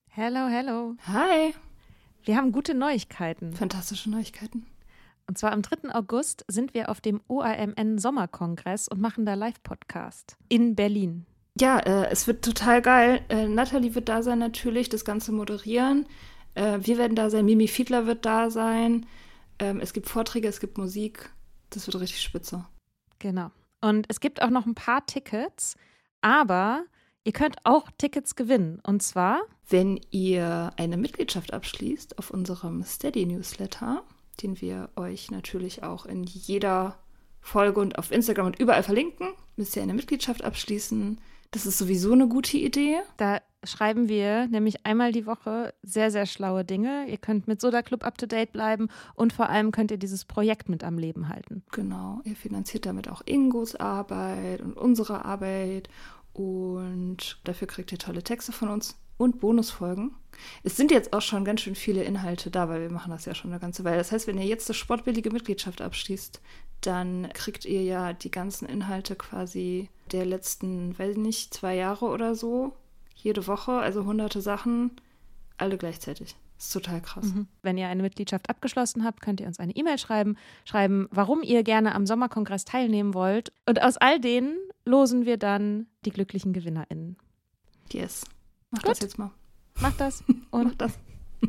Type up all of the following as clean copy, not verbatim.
Hello, hello. Hi. Wir haben gute Neuigkeiten. Fantastische Neuigkeiten. Und zwar am 3. August sind wir auf dem OAMN Sommerkongress und machen da Live-Podcast in Berlin. Ja, es wird total geil. Nathalie wird da sein natürlich, das Ganze moderieren. Wir werden da sein, Mimi Fiedler wird da sein. Es gibt Vorträge, es gibt Musik. Das wird richtig spitze. Genau. Und es gibt auch noch ein paar Tickets, aber ihr könnt auch Tickets gewinnen. Und zwar, wenn ihr eine Mitgliedschaft abschließt auf unserem Steady-Newsletter, den wir euch natürlich auch in jeder Folge und auf Instagram und überall verlinken, müsst ihr eine Mitgliedschaft abschließen. Das ist sowieso eine gute Idee. Da schreiben wir nämlich einmal die Woche sehr, sehr schlaue Dinge. Ihr könnt mit Soda Club up-to-date bleiben und vor allem könnt ihr dieses Projekt mit am Leben halten. Genau, ihr finanziert damit auch Ingos Arbeit und unsere Arbeit und dafür kriegt ihr tolle Texte von uns und Bonusfolgen. Es sind jetzt auch schon ganz schön viele Inhalte da, weil wir machen das ja schon eine ganze Weile. Das heißt, wenn ihr jetzt eine sportbillige Mitgliedschaft abschließt, dann kriegt ihr ja die ganzen Inhalte quasi der letzten, weiß ich nicht, 2 Jahre oder so, jede Woche, also hunderte Sachen, alle gleichzeitig. Das ist total krass. Wenn ihr eine Mitgliedschaft abgeschlossen habt, könnt ihr uns eine E-Mail schreiben, warum ihr gerne am Sommerkongress teilnehmen wollt. Und aus all denen losen wir dann die glücklichen GewinnerInnen. Yes. Mach Gut. das jetzt mal. Macht das. Und Mach das.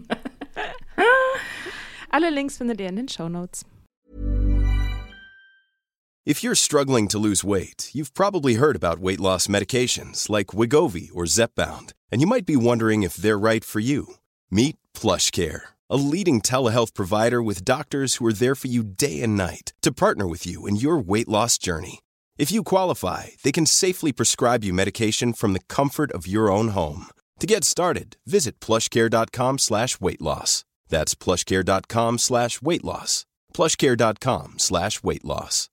alle Links findet ihr in den Shownotes. If you're struggling to lose weight, you've probably heard about weight loss medications like Wegovy or Zepbound, and you might be wondering if they're right for you. Meet PlushCare, a leading telehealth provider with doctors who are there for you day and night to partner with you in your weight loss journey. If you qualify, they can safely prescribe you medication from the comfort of your own home. To get started, visit plushcare.com/weightloss. That's plushcare.com/weightloss. plushcare.com/weightloss.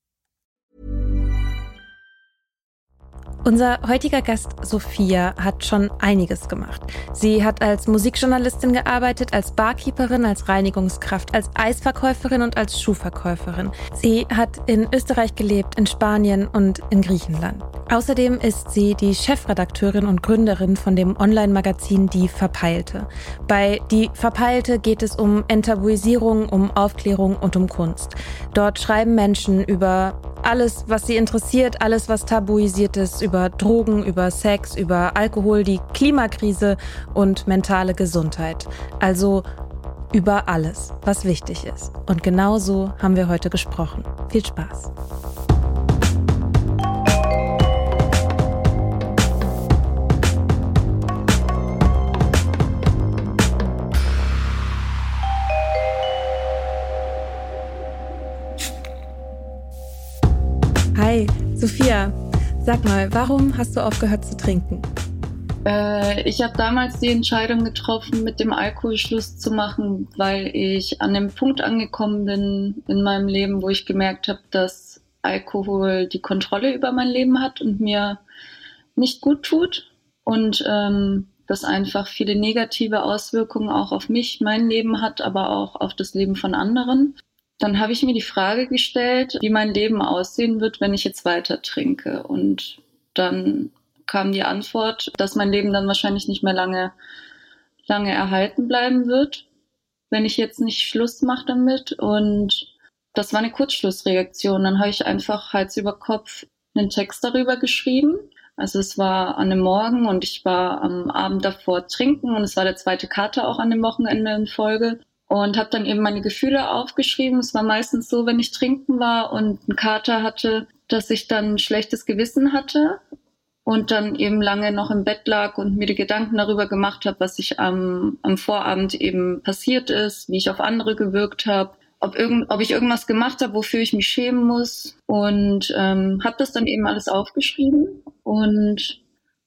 Unser heutiger Gast Sophia hat schon einiges gemacht. Sie hat als Musikjournalistin gearbeitet, als Barkeeperin, als Reinigungskraft, als Eisverkäuferin und als Schuhverkäuferin. Sie hat in Österreich gelebt, in Spanien und in Griechenland. Außerdem ist sie die Chefredakteurin und Gründerin von dem Online-Magazin Die Verpeilte. Bei Die Verpeilte geht es um Enttabuisierung, um Aufklärung und um Kunst. Dort schreiben Menschen über alles, was sie interessiert, alles, was tabuisiert ist, über Drogen, über Sex, über Alkohol, die Klimakrise und mentale Gesundheit. Also über alles, was wichtig ist. Und genau so haben wir heute gesprochen. Viel Spaß. Hi, Sophia. Sag mal, warum hast du aufgehört zu trinken? Ich habe damals die Entscheidung getroffen, mit dem Alkohol Schluss zu machen, weil ich an einem Punkt angekommen bin in meinem Leben, wo ich gemerkt habe, dass Alkohol die Kontrolle über mein Leben hat und mir nicht gut tut und das einfach viele negative Auswirkungen auch auf mich, mein Leben hat, aber auch auf das Leben von anderen. Dann habe ich mir die Frage gestellt, wie mein Leben aussehen wird, wenn ich jetzt weiter trinke. Und dann kam die Antwort, dass mein Leben dann wahrscheinlich nicht mehr lange erhalten bleiben wird, wenn ich jetzt nicht Schluss mache damit. Und das war eine Kurzschlussreaktion. Dann habe ich einfach Hals über Kopf einen Text darüber geschrieben. Also es war an einem Morgen und ich war am Abend davor trinken und es war der 2. Kater auch an dem Wochenende in Folge. Und habe dann eben meine Gefühle aufgeschrieben. Es war meistens so, wenn ich trinken war und einen Kater hatte, dass ich dann ein schlechtes Gewissen hatte und dann eben lange noch im Bett lag und mir die Gedanken darüber gemacht habe, was ich am Vorabend eben passiert ist, wie ich auf andere gewirkt habe, ob ich irgendwas gemacht habe, wofür ich mich schämen muss. Und habe das dann eben alles aufgeschrieben. Und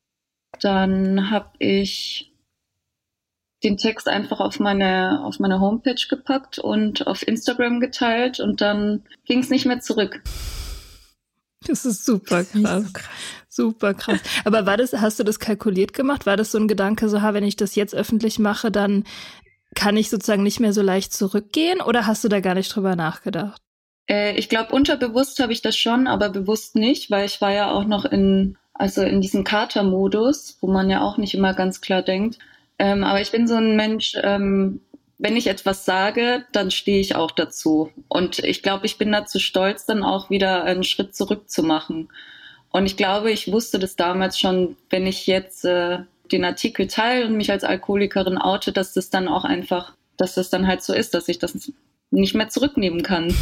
dann habe ich den Text einfach auf meine Homepage gepackt und auf Instagram geteilt und dann ging es nicht mehr zurück. Das ist super krass. Super krass. Aber hast du das kalkuliert gemacht? War das so ein Gedanke, so, wenn ich das jetzt öffentlich mache, dann kann ich sozusagen nicht mehr so leicht zurückgehen? Oder hast du da gar nicht drüber nachgedacht? Ich glaube, unterbewusst habe ich das schon, aber bewusst nicht, weil ich war ja auch noch in diesem Kater-Modus, wo man ja auch nicht immer ganz klar denkt. Aber ich bin so ein Mensch, wenn ich etwas sage, dann stehe ich auch dazu. Und ich glaube, ich bin dazu stolz, dann auch wieder einen Schritt zurück zu machen. Und ich glaube, ich wusste das damals schon, wenn ich jetzt den Artikel teile und mich als Alkoholikerin oute, dass das dann auch einfach, dass das dann halt so ist, dass ich das nicht mehr zurücknehmen kann.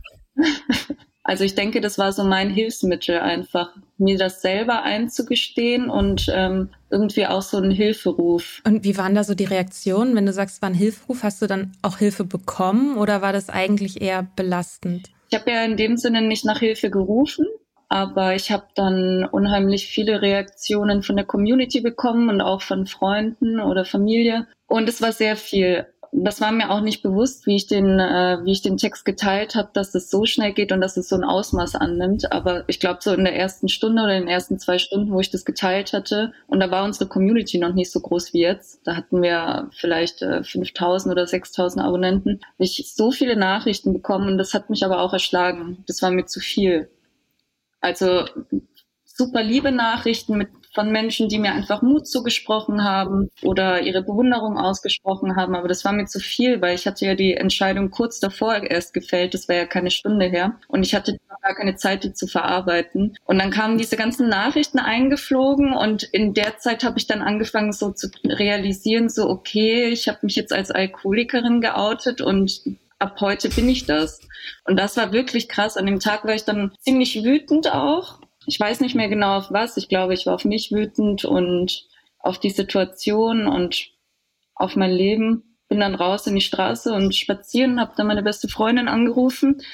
Also ich denke, das war so mein Hilfsmittel einfach, mir das selber einzugestehen und irgendwie auch so ein Hilferuf. Und wie waren da so die Reaktionen? Wenn du sagst, es war ein Hilferuf, hast du dann auch Hilfe bekommen oder war das eigentlich eher belastend? Ich habe ja in dem Sinne nicht nach Hilfe gerufen, aber ich habe dann unheimlich viele Reaktionen von der Community bekommen und auch von Freunden oder Familie. Und es war sehr viel. Das war mir auch nicht bewusst, wie ich den Text geteilt habe, dass es so schnell geht und dass es so ein Ausmaß annimmt. Aber ich glaube, so in der ersten Stunde oder in den ersten 2 Stunden, wo ich das geteilt hatte, und da war unsere Community noch nicht so groß wie jetzt, da hatten wir vielleicht 5.000 oder 6.000 Abonnenten, habe ich so viele Nachrichten bekommen und das hat mich aber auch erschlagen. Das war mir zu viel. Also super liebe Nachrichten von Menschen, die mir einfach Mut zugesprochen haben oder ihre Bewunderung ausgesprochen haben. Aber das war mir zu viel, weil ich hatte ja die Entscheidung kurz davor erst gefällt. Das war ja keine Stunde her. Und ich hatte gar keine Zeit, die zu verarbeiten. Und dann kamen diese ganzen Nachrichten eingeflogen. Und in der Zeit habe ich dann angefangen, so zu realisieren, so okay, ich habe mich jetzt als Alkoholikerin geoutet und ab heute bin ich das. Und das war wirklich krass. An dem Tag war ich dann ziemlich wütend auch. Ich weiß nicht mehr genau auf was. Ich glaube, ich war auf mich wütend und auf die Situation und auf mein Leben. Bin dann raus in die Straße und spazieren, habe dann meine beste Freundin angerufen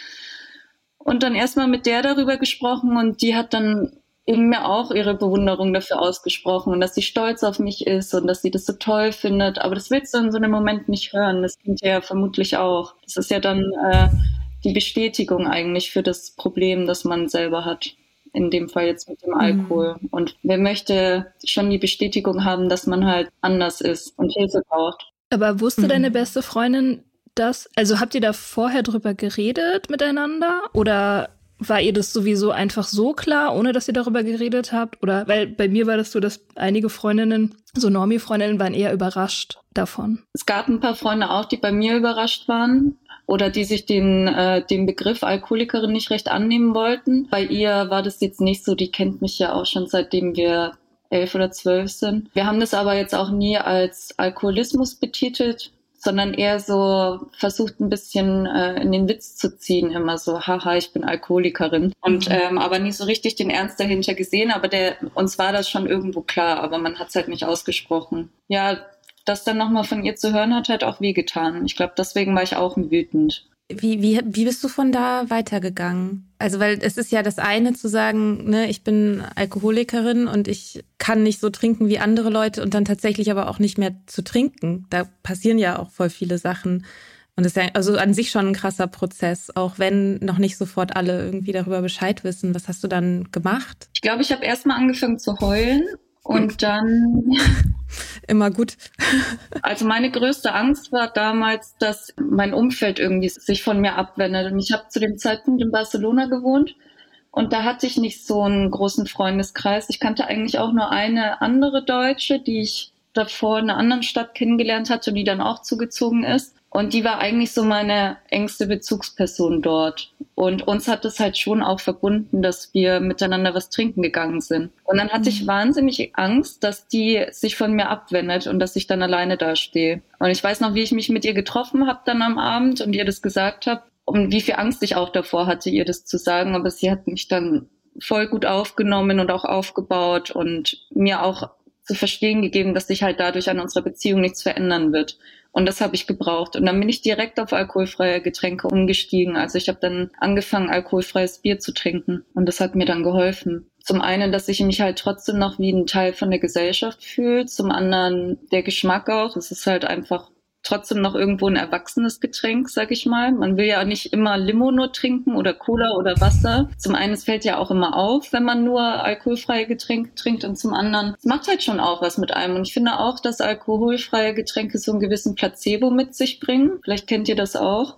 und dann erstmal mit der darüber gesprochen und die hat dann eben mir auch ihre Bewunderung dafür ausgesprochen und dass sie stolz auf mich ist und dass sie das so toll findet. Aber das willst du in so einem Moment nicht hören. Das kennt ihr ja vermutlich auch. Das ist ja dann die Bestätigung eigentlich für das Problem, das man selber hat. In dem Fall jetzt mit dem Alkohol. Und wer möchte schon die Bestätigung haben, dass man halt anders ist und Hilfe braucht. Aber wusste deine beste Freundin das? Also habt ihr da vorher drüber geredet miteinander? Oder war ihr das sowieso einfach so klar, ohne dass ihr darüber geredet habt? Oder, weil bei mir war das so, dass einige Freundinnen, so Normie-Freundinnen, waren eher überrascht davon. Es gab ein paar Freunde auch, die bei mir überrascht waren. Oder die sich den Begriff Alkoholikerin nicht recht annehmen wollten. Bei ihr war das jetzt nicht so, die kennt mich ja auch schon seitdem wir 11 oder 12 sind. Wir haben das aber jetzt auch nie als Alkoholismus betitelt, sondern eher so versucht ein bisschen in den Witz zu ziehen, immer so, haha, ich bin Alkoholikerin. Und aber nie so richtig den Ernst dahinter gesehen, aber uns war das schon irgendwo klar, aber man hat es halt nicht ausgesprochen. Ja, das dann nochmal von ihr zu hören, hat halt auch wehgetan. Ich glaube, deswegen war ich auch wütend. Wie bist du von da weitergegangen? Also, weil es ist ja das eine zu sagen, ne, ich bin Alkoholikerin und ich kann nicht so trinken wie andere Leute und dann tatsächlich aber auch nicht mehr zu trinken. Da passieren ja auch voll viele Sachen. Und das ist ja also an sich schon ein krasser Prozess, auch wenn noch nicht sofort alle irgendwie darüber Bescheid wissen. Was hast du dann gemacht? Ich glaube, ich habe erstmal angefangen zu heulen. Und dann... Immer gut. Also meine größte Angst war damals, dass mein Umfeld irgendwie sich von mir abwendet. Und ich habe zu dem Zeitpunkt in Barcelona gewohnt und da hatte ich nicht so einen großen Freundeskreis. Ich kannte eigentlich auch nur eine andere Deutsche, die ich davor in einer anderen Stadt kennengelernt hatte und die dann auch zugezogen ist. Und die war eigentlich so meine engste Bezugsperson dort. Und uns hat es halt schon auch verbunden, dass wir miteinander was trinken gegangen sind. Und dann hatte ich wahnsinnig Angst, dass die sich von mir abwendet und dass ich dann alleine dastehe. Und ich weiß noch, wie ich mich mit ihr getroffen habe dann am Abend und ihr das gesagt habe und wie viel Angst ich auch davor hatte, ihr das zu sagen. Aber sie hat mich dann voll gut aufgenommen und auch aufgebaut und mir auch zu verstehen gegeben, dass sich halt dadurch an unserer Beziehung nichts verändern wird. Und das habe ich gebraucht. Und dann bin ich direkt auf alkoholfreie Getränke umgestiegen. Also ich habe dann angefangen, alkoholfreies Bier zu trinken. Und das hat mir dann geholfen. Zum einen, dass ich mich halt trotzdem noch wie ein Teil von der Gesellschaft fühle. Zum anderen der Geschmack auch. Es ist halt einfach trotzdem noch irgendwo ein erwachsenes Getränk, sag ich mal. Man will ja nicht immer Limo nur trinken oder Cola oder Wasser. Zum einen, es fällt ja auch immer auf, wenn man nur alkoholfreie Getränke trinkt und zum anderen, es macht halt schon auch was mit einem. Und ich finde auch, dass alkoholfreie Getränke so einen gewissen Placebo mit sich bringen. Vielleicht kennt ihr das auch.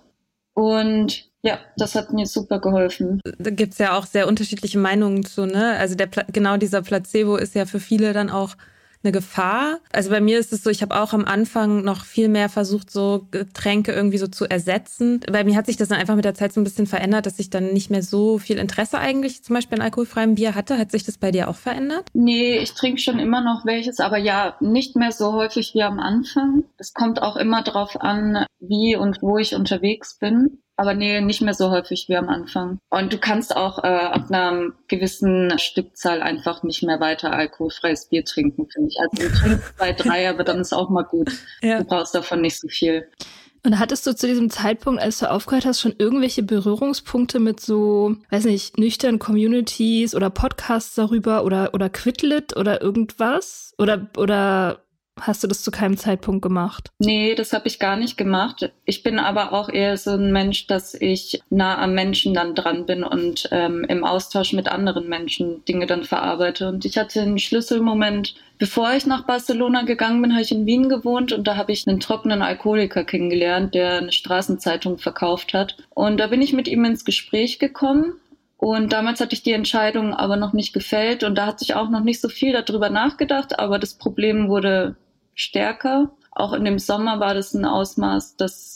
Und ja, das hat mir super geholfen. Da gibt's ja auch sehr unterschiedliche Meinungen zu, ne? Also genau dieser Placebo ist ja für viele dann auch eine Gefahr? Also bei mir ist es so, ich habe auch am Anfang noch viel mehr versucht, so Getränke irgendwie so zu ersetzen. Bei mir hat sich das dann einfach mit der Zeit so ein bisschen verändert, dass ich dann nicht mehr so viel Interesse eigentlich zum Beispiel an alkoholfreiem Bier hatte. Hat sich das bei dir auch verändert? Nee, ich trinke schon immer noch welches, aber ja, nicht mehr so häufig wie am Anfang. Es kommt auch immer drauf an, wie und wo ich unterwegs bin. Aber nee, nicht mehr so häufig wie am Anfang. Und du kannst auch ab einer gewissen Stückzahl einfach nicht mehr weiter alkoholfreies Bier trinken, finde ich. Also du trinkst 2, 3, aber dann ist auch mal gut. Ja. Du brauchst davon nicht so viel. Und hattest du zu diesem Zeitpunkt, als du aufgehört hast, schon irgendwelche Berührungspunkte mit so, weiß nicht, nüchternen Communities oder Podcasts darüber oder Quidlit oder irgendwas? Oder hast du das zu keinem Zeitpunkt gemacht? Nee, das habe ich gar nicht gemacht. Ich bin aber auch eher so ein Mensch, dass ich nah am Menschen dann dran bin und im Austausch mit anderen Menschen Dinge dann verarbeite. Und ich hatte einen Schlüsselmoment. Bevor ich nach Barcelona gegangen bin, habe ich in Wien gewohnt und da habe ich einen trockenen Alkoholiker kennengelernt, der eine Straßenzeitung verkauft hat. Und da bin ich mit ihm ins Gespräch gekommen. Und damals hatte ich die Entscheidung aber noch nicht gefällt und da hatte ich auch noch nicht so viel darüber nachgedacht, aber das Problem wurde stärker. Auch in dem Sommer war das ein Ausmaß,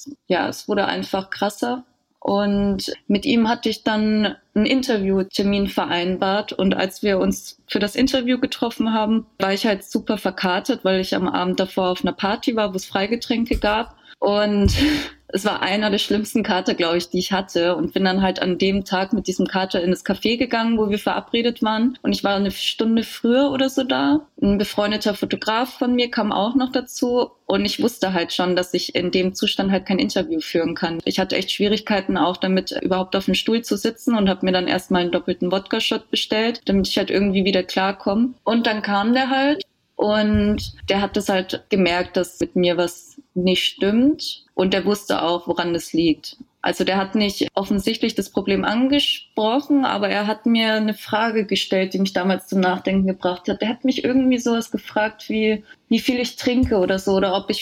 es wurde einfach krasser. Und mit ihm hatte ich dann einen Interviewtermin vereinbart. Und als wir uns für das Interview getroffen haben, war ich halt super verkatert, weil ich am Abend davor auf einer Party war, wo es Freigetränke gab. Und es war einer der schlimmsten Kater, glaube ich, die ich hatte. Und bin dann halt an dem Tag mit diesem Kater in das Café gegangen, wo wir verabredet waren. Und ich war eine Stunde früher oder so da. Ein befreundeter Fotograf von mir kam auch noch dazu. Und ich wusste halt schon, dass ich in dem Zustand halt kein Interview führen kann. Ich hatte echt Schwierigkeiten auch damit, überhaupt auf dem Stuhl zu sitzen und habe mir dann erstmal einen doppelten Wodka-Shot bestellt, damit ich halt irgendwie wieder klarkomme. Und dann kam der halt. Und der hat das halt gemerkt, dass mit mir was nicht stimmt. Und der wusste auch, woran das liegt. Also der hat nicht offensichtlich das Problem angesprochen, aber er hat mir eine Frage gestellt, die mich damals zum Nachdenken gebracht hat. Der hat mich irgendwie sowas gefragt wie viel ich trinke oder so, oder ob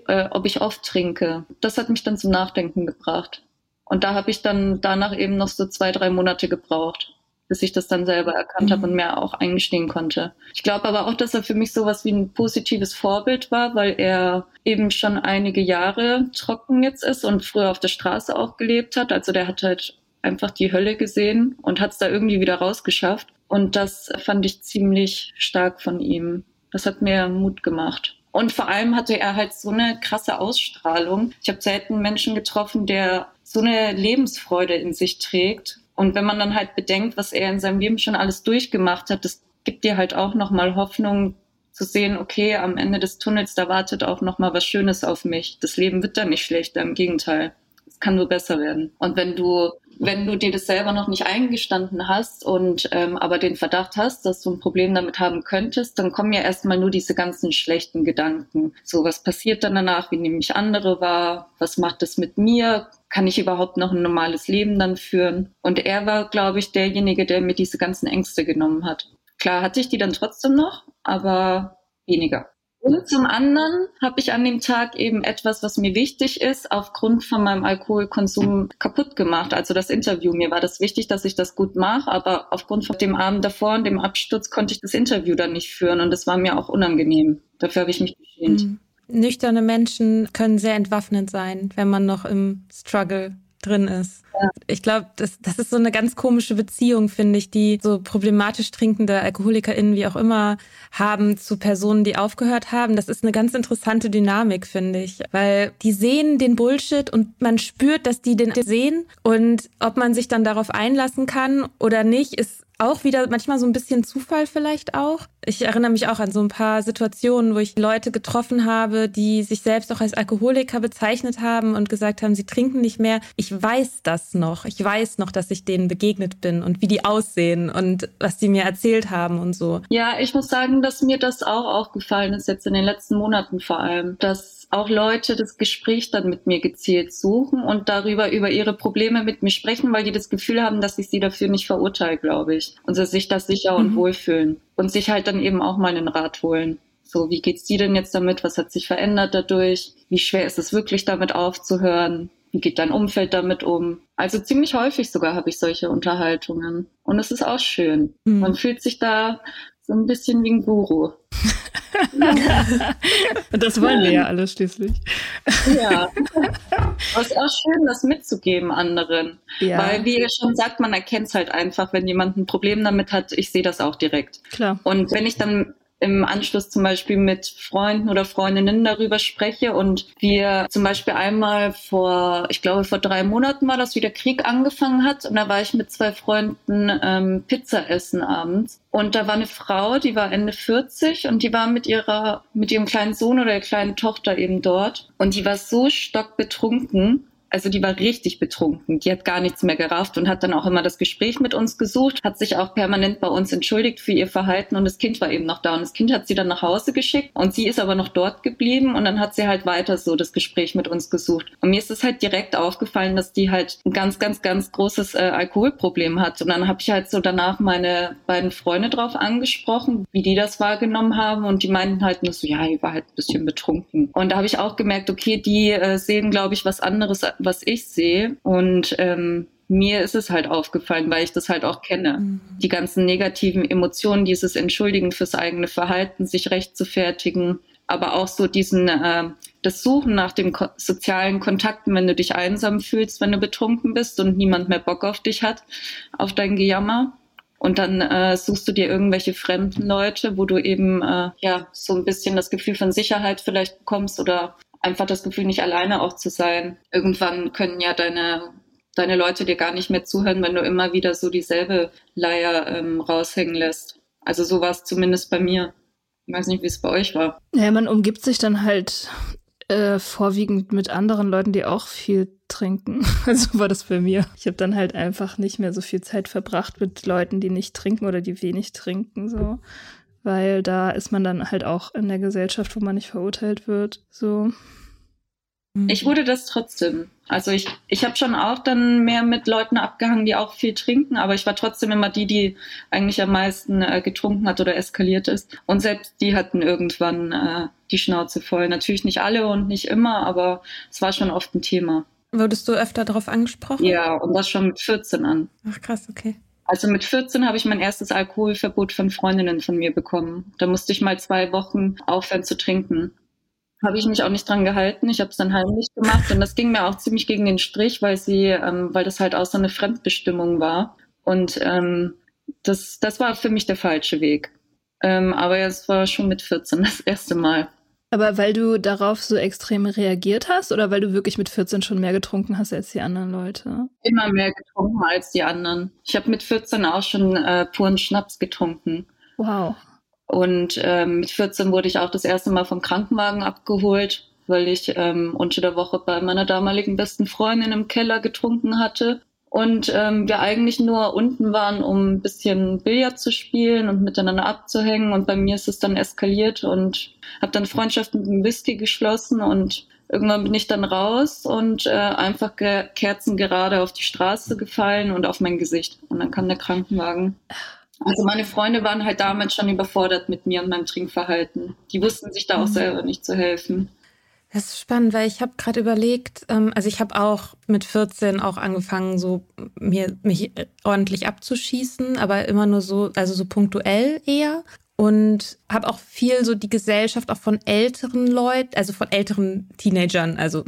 ich oft trinke. Das hat mich dann zum Nachdenken gebracht. Und da habe ich dann danach eben noch so 2, 3 Monate gebraucht, bis ich das dann selber erkannt habe und mir auch eingestehen konnte. Ich glaube aber auch, dass er für mich sowas wie ein positives Vorbild war, weil er eben schon einige Jahre trocken jetzt ist und früher auf der Straße auch gelebt hat. Also der hat halt einfach die Hölle gesehen und hat es da irgendwie wieder rausgeschafft. Und das fand ich ziemlich stark von ihm. Das hat mir Mut gemacht. Und vor allem hatte er halt so eine krasse Ausstrahlung. Ich habe selten einen Menschen getroffen, der so eine Lebensfreude in sich trägt. Und wenn man dann halt bedenkt, was er in seinem Leben schon alles durchgemacht hat, das gibt dir halt auch nochmal Hoffnung zu sehen, okay, am Ende des Tunnels, da wartet auch nochmal was Schönes auf mich. Das Leben wird dann nicht schlechter, im Gegenteil. Es kann nur besser werden. Und wenn du dir das selber noch nicht eingestanden hast und aber den Verdacht hast, dass du ein Problem damit haben könntest, dann kommen ja erstmal nur diese ganzen schlechten Gedanken. So, was passiert dann danach? Wie nehme ich andere wahr? Was macht das mit mir? Kann ich überhaupt noch ein normales Leben dann führen? Und er war, glaube ich, derjenige, der mir diese ganzen Ängste genommen hat. Klar hatte ich die dann trotzdem noch, aber weniger. Und zum anderen habe ich an dem Tag eben etwas, was mir wichtig ist, aufgrund von meinem Alkoholkonsum kaputt gemacht. Also das Interview, mir war das wichtig, dass ich das gut mache, aber aufgrund von dem Abend davor und dem Absturz konnte ich das Interview dann nicht führen und das war mir auch unangenehm. Dafür habe ich mich geschämt. Nüchterne Menschen können sehr entwaffnend sein, wenn man noch im Struggle drin ist. Ja. Ich glaube, das ist so eine ganz komische Beziehung, finde ich, die so problematisch trinkende AlkoholikerInnen wie auch immer haben zu Personen, die aufgehört haben. Das ist eine ganz interessante Dynamik, finde ich, weil die sehen den Bullshit und man spürt, dass die den sehen und ob man sich dann darauf einlassen kann oder nicht, ist auch wieder manchmal so ein bisschen Zufall vielleicht auch. Ich erinnere mich auch an so ein paar Situationen, wo ich Leute getroffen habe, die sich selbst auch als Alkoholiker bezeichnet haben und gesagt haben, sie trinken nicht mehr. Ich weiß das noch. Ich weiß noch, dass ich denen begegnet bin und wie die aussehen und was die mir erzählt haben und so. Ja, ich muss sagen, dass mir das auch aufgefallen ist, jetzt in den letzten Monaten vor allem, dass auch Leute das Gespräch dann mit mir gezielt suchen und darüber über ihre Probleme mit mir sprechen, weil die das Gefühl haben, dass ich sie dafür nicht verurteile, glaube ich. Und sie sich da sicher und wohlfühlen. Und sich halt dann eben auch mal einen Rat holen. So, wie geht's dir denn jetzt damit? Was hat sich verändert dadurch? Wie schwer ist es wirklich, damit aufzuhören? Wie geht dein Umfeld damit um? Also ziemlich häufig sogar habe ich solche Unterhaltungen. Und es ist auch schön. Man fühlt sich da so ein bisschen wie ein Guru. Und das wollen wir ja alle schließlich. Ja. Aber es ist auch schön, das mitzugeben anderen. Ja. Weil, wie ihr schon sagt, man erkennt es halt einfach, wenn jemand ein Problem damit hat. Ich sehe das auch direkt. Klar. Und wenn ich dann im Anschluss zum Beispiel mit Freunden oder Freundinnen darüber spreche und wir zum Beispiel einmal vor 3 Monaten war das, wie der Krieg angefangen hat, und da war ich mit 2 Freunden Pizza essen abends, und da war eine Frau, die war Ende 40 und die war mit ihrem kleinen Sohn oder der kleinen Tochter eben dort, und die war so stockbetrunken. Also die war richtig betrunken, die hat gar nichts mehr gerafft und hat dann auch immer das Gespräch mit uns gesucht, hat sich auch permanent bei uns entschuldigt für ihr Verhalten, und das Kind war eben noch da und das Kind hat sie dann nach Hause geschickt und sie ist aber noch dort geblieben, und dann hat sie halt weiter so das Gespräch mit uns gesucht. Und mir ist es halt direkt aufgefallen, dass die halt ein ganz, ganz, ganz großes Alkoholproblem hat, und dann habe ich halt so danach meine beiden Freunde drauf angesprochen, wie die das wahrgenommen haben, und die meinten halt nur so, ja, die war halt ein bisschen betrunken. Und da habe ich auch gemerkt, okay, die sehen, glaube ich, was anderes, was ich sehe, und mir ist es halt aufgefallen, weil ich das halt auch kenne. Mhm. Die ganzen negativen Emotionen, dieses Entschuldigen fürs eigene Verhalten, sich rechtfertigen, aber auch so das Suchen nach dem sozialen Kontakten, wenn du dich einsam fühlst, wenn du betrunken bist und niemand mehr Bock auf dich hat, auf dein Gejammer. Und dann suchst du dir irgendwelche fremden Leute, wo du eben so ein bisschen das Gefühl von Sicherheit vielleicht bekommst oder einfach das Gefühl, nicht alleine auch zu sein. Irgendwann können ja deine Leute dir gar nicht mehr zuhören, wenn du immer wieder so dieselbe Leier raushängen lässt. Also so war es zumindest bei mir. Ich weiß nicht, wie es bei euch war. Ja, man umgibt sich dann halt vorwiegend mit anderen Leuten, die auch viel trinken. Also war das bei mir. Ich habe dann halt einfach nicht mehr so viel Zeit verbracht mit Leuten, die nicht trinken oder die wenig trinken, so. Weil da ist man dann halt auch in der Gesellschaft, wo man nicht verurteilt wird, so. Ich wurde das trotzdem. Also ich habe schon auch dann mehr mit Leuten abgehangen, die auch viel trinken, aber ich war trotzdem immer die eigentlich am meisten getrunken hat oder eskaliert ist. Und selbst die hatten irgendwann die Schnauze voll. Natürlich nicht alle und nicht immer, aber es war schon oft ein Thema. Wurdest du öfter darauf angesprochen? Ja, und das schon mit 14 an. Ach krass, okay. Also mit 14 habe ich mein erstes Alkoholverbot von Freundinnen von mir bekommen. Da musste ich mal 2 Wochen aufhören zu trinken. Habe ich mich auch nicht dran gehalten. Ich habe es dann heimlich gemacht, und das ging mir auch ziemlich gegen den Strich, weil das halt auch so eine Fremdbestimmung war. Und das war für mich der falsche Weg. Aber es war schon mit 14 das erste Mal. Aber weil du darauf so extrem reagiert hast oder weil du wirklich mit 14 schon mehr getrunken hast als die anderen Leute? Immer mehr getrunken als die anderen. Ich habe mit 14 auch schon puren Schnaps getrunken. Wow. Und mit 14 wurde ich auch das erste Mal vom Krankenwagen abgeholt, weil ich unter der Woche bei meiner damaligen besten Freundin im Keller getrunken hatte. Und wir eigentlich nur unten waren, um ein bisschen Billard zu spielen und miteinander abzuhängen. Und bei mir ist es dann eskaliert und habe dann Freundschaft mit dem Whisky geschlossen. Und irgendwann bin ich dann raus und einfach kerzengerade auf die Straße gefallen und auf mein Gesicht. Und dann kam der Krankenwagen. Also meine Freunde waren halt damals schon überfordert mit mir und meinem Trinkverhalten. Die wussten sich da auch selber nicht zu helfen. Das ist spannend, weil ich habe gerade überlegt, also ich habe auch mit 14 auch angefangen, so mich ordentlich abzuschießen, aber immer nur so, also so punktuell eher. Und habe auch viel so die Gesellschaft auch von älteren Leuten, also von älteren Teenagern, also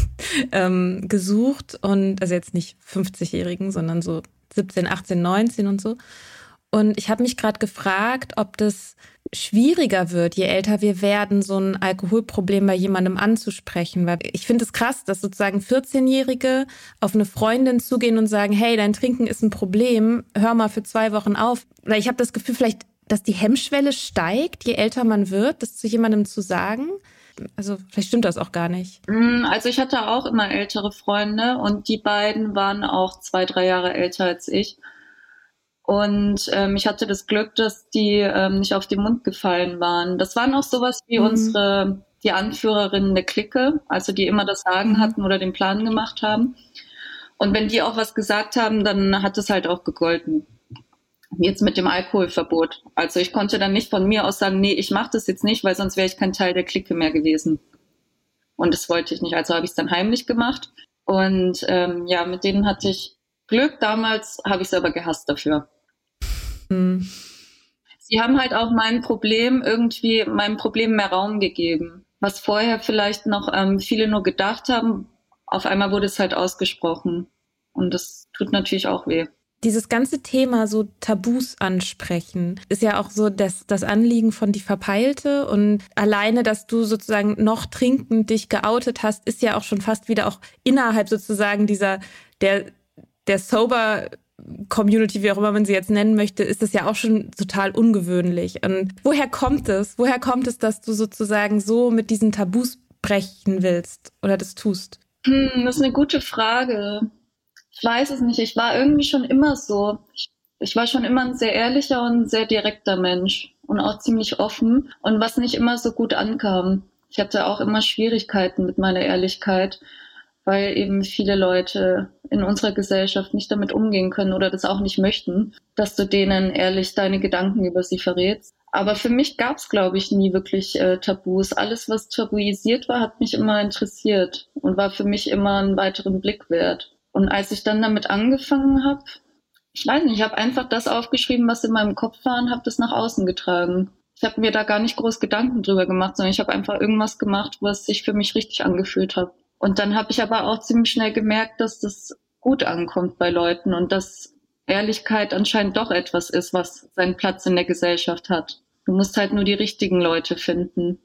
gesucht. Und also jetzt nicht 50-Jährigen, sondern so 17, 18, 19 und so. Und ich habe mich gerade gefragt, ob das schwieriger wird, je älter wir werden, so ein Alkoholproblem bei jemandem anzusprechen. Weil ich finde es krass, dass sozusagen 14-Jährige auf eine Freundin zugehen und sagen, hey, dein Trinken ist ein Problem, hör mal für 2 Wochen auf. Weil ich habe das Gefühl vielleicht, dass die Hemmschwelle steigt, je älter man wird, das zu jemandem zu sagen. Also vielleicht stimmt das auch gar nicht. Also ich hatte auch immer ältere Freunde und die beiden waren auch 2, 3 Jahre älter als ich. Und ich hatte das Glück, dass die nicht auf den Mund gefallen waren. Das waren auch sowas wie die Anführerinnen der Clique, also die immer das Sagen hatten oder den Plan gemacht haben. Und wenn die auch was gesagt haben, dann hat es halt auch gegolten. Jetzt mit dem Alkoholverbot. Also ich konnte dann nicht von mir aus sagen, nee, ich mache das jetzt nicht, weil sonst wäre ich kein Teil der Clique mehr gewesen. Und das wollte ich nicht. Also habe ich es dann heimlich gemacht. Und mit denen hatte ich Glück. Damals habe ich es aber gehasst dafür. Sie haben halt auch meinem Problem mehr Raum gegeben. Was vorher vielleicht noch viele nur gedacht haben, auf einmal wurde es halt ausgesprochen. Und das tut natürlich auch weh. Dieses ganze Thema so Tabus ansprechen ist ja auch so das Anliegen von Die Verpeilte. Und alleine, dass du sozusagen noch trinkend dich geoutet hast, ist ja auch schon fast wieder auch innerhalb sozusagen der Sober-Community, wie auch immer man sie jetzt nennen möchte, ist das ja auch schon total ungewöhnlich. Und woher kommt es? Woher kommt es, dass du sozusagen so mit diesen Tabus brechen willst oder das tust? Das ist eine gute Frage. Ich weiß es nicht. Ich war irgendwie schon immer so. Ich war schon immer ein sehr ehrlicher und sehr direkter Mensch und auch ziemlich offen. Und was nicht immer so gut ankam. Ich hatte auch immer Schwierigkeiten mit meiner Ehrlichkeit, weil eben viele Leute in unserer Gesellschaft nicht damit umgehen können oder das auch nicht möchten, dass du denen ehrlich deine Gedanken über sie verrätst. Aber für mich gab es, glaube ich, nie wirklich Tabus. Alles, was tabuisiert war, hat mich immer interessiert und war für mich immer einen weiteren Blick wert. Und als ich dann damit angefangen habe, ich weiß nicht, ich habe einfach das aufgeschrieben, was in meinem Kopf war und habe das nach außen getragen. Ich habe mir da gar nicht groß Gedanken drüber gemacht, sondern ich habe einfach irgendwas gemacht, was sich für mich richtig angefühlt hat. Und dann habe ich aber auch ziemlich schnell gemerkt, dass das gut ankommt bei Leuten und dass Ehrlichkeit anscheinend doch etwas ist, was seinen Platz in der Gesellschaft hat. Du musst halt nur die richtigen Leute finden.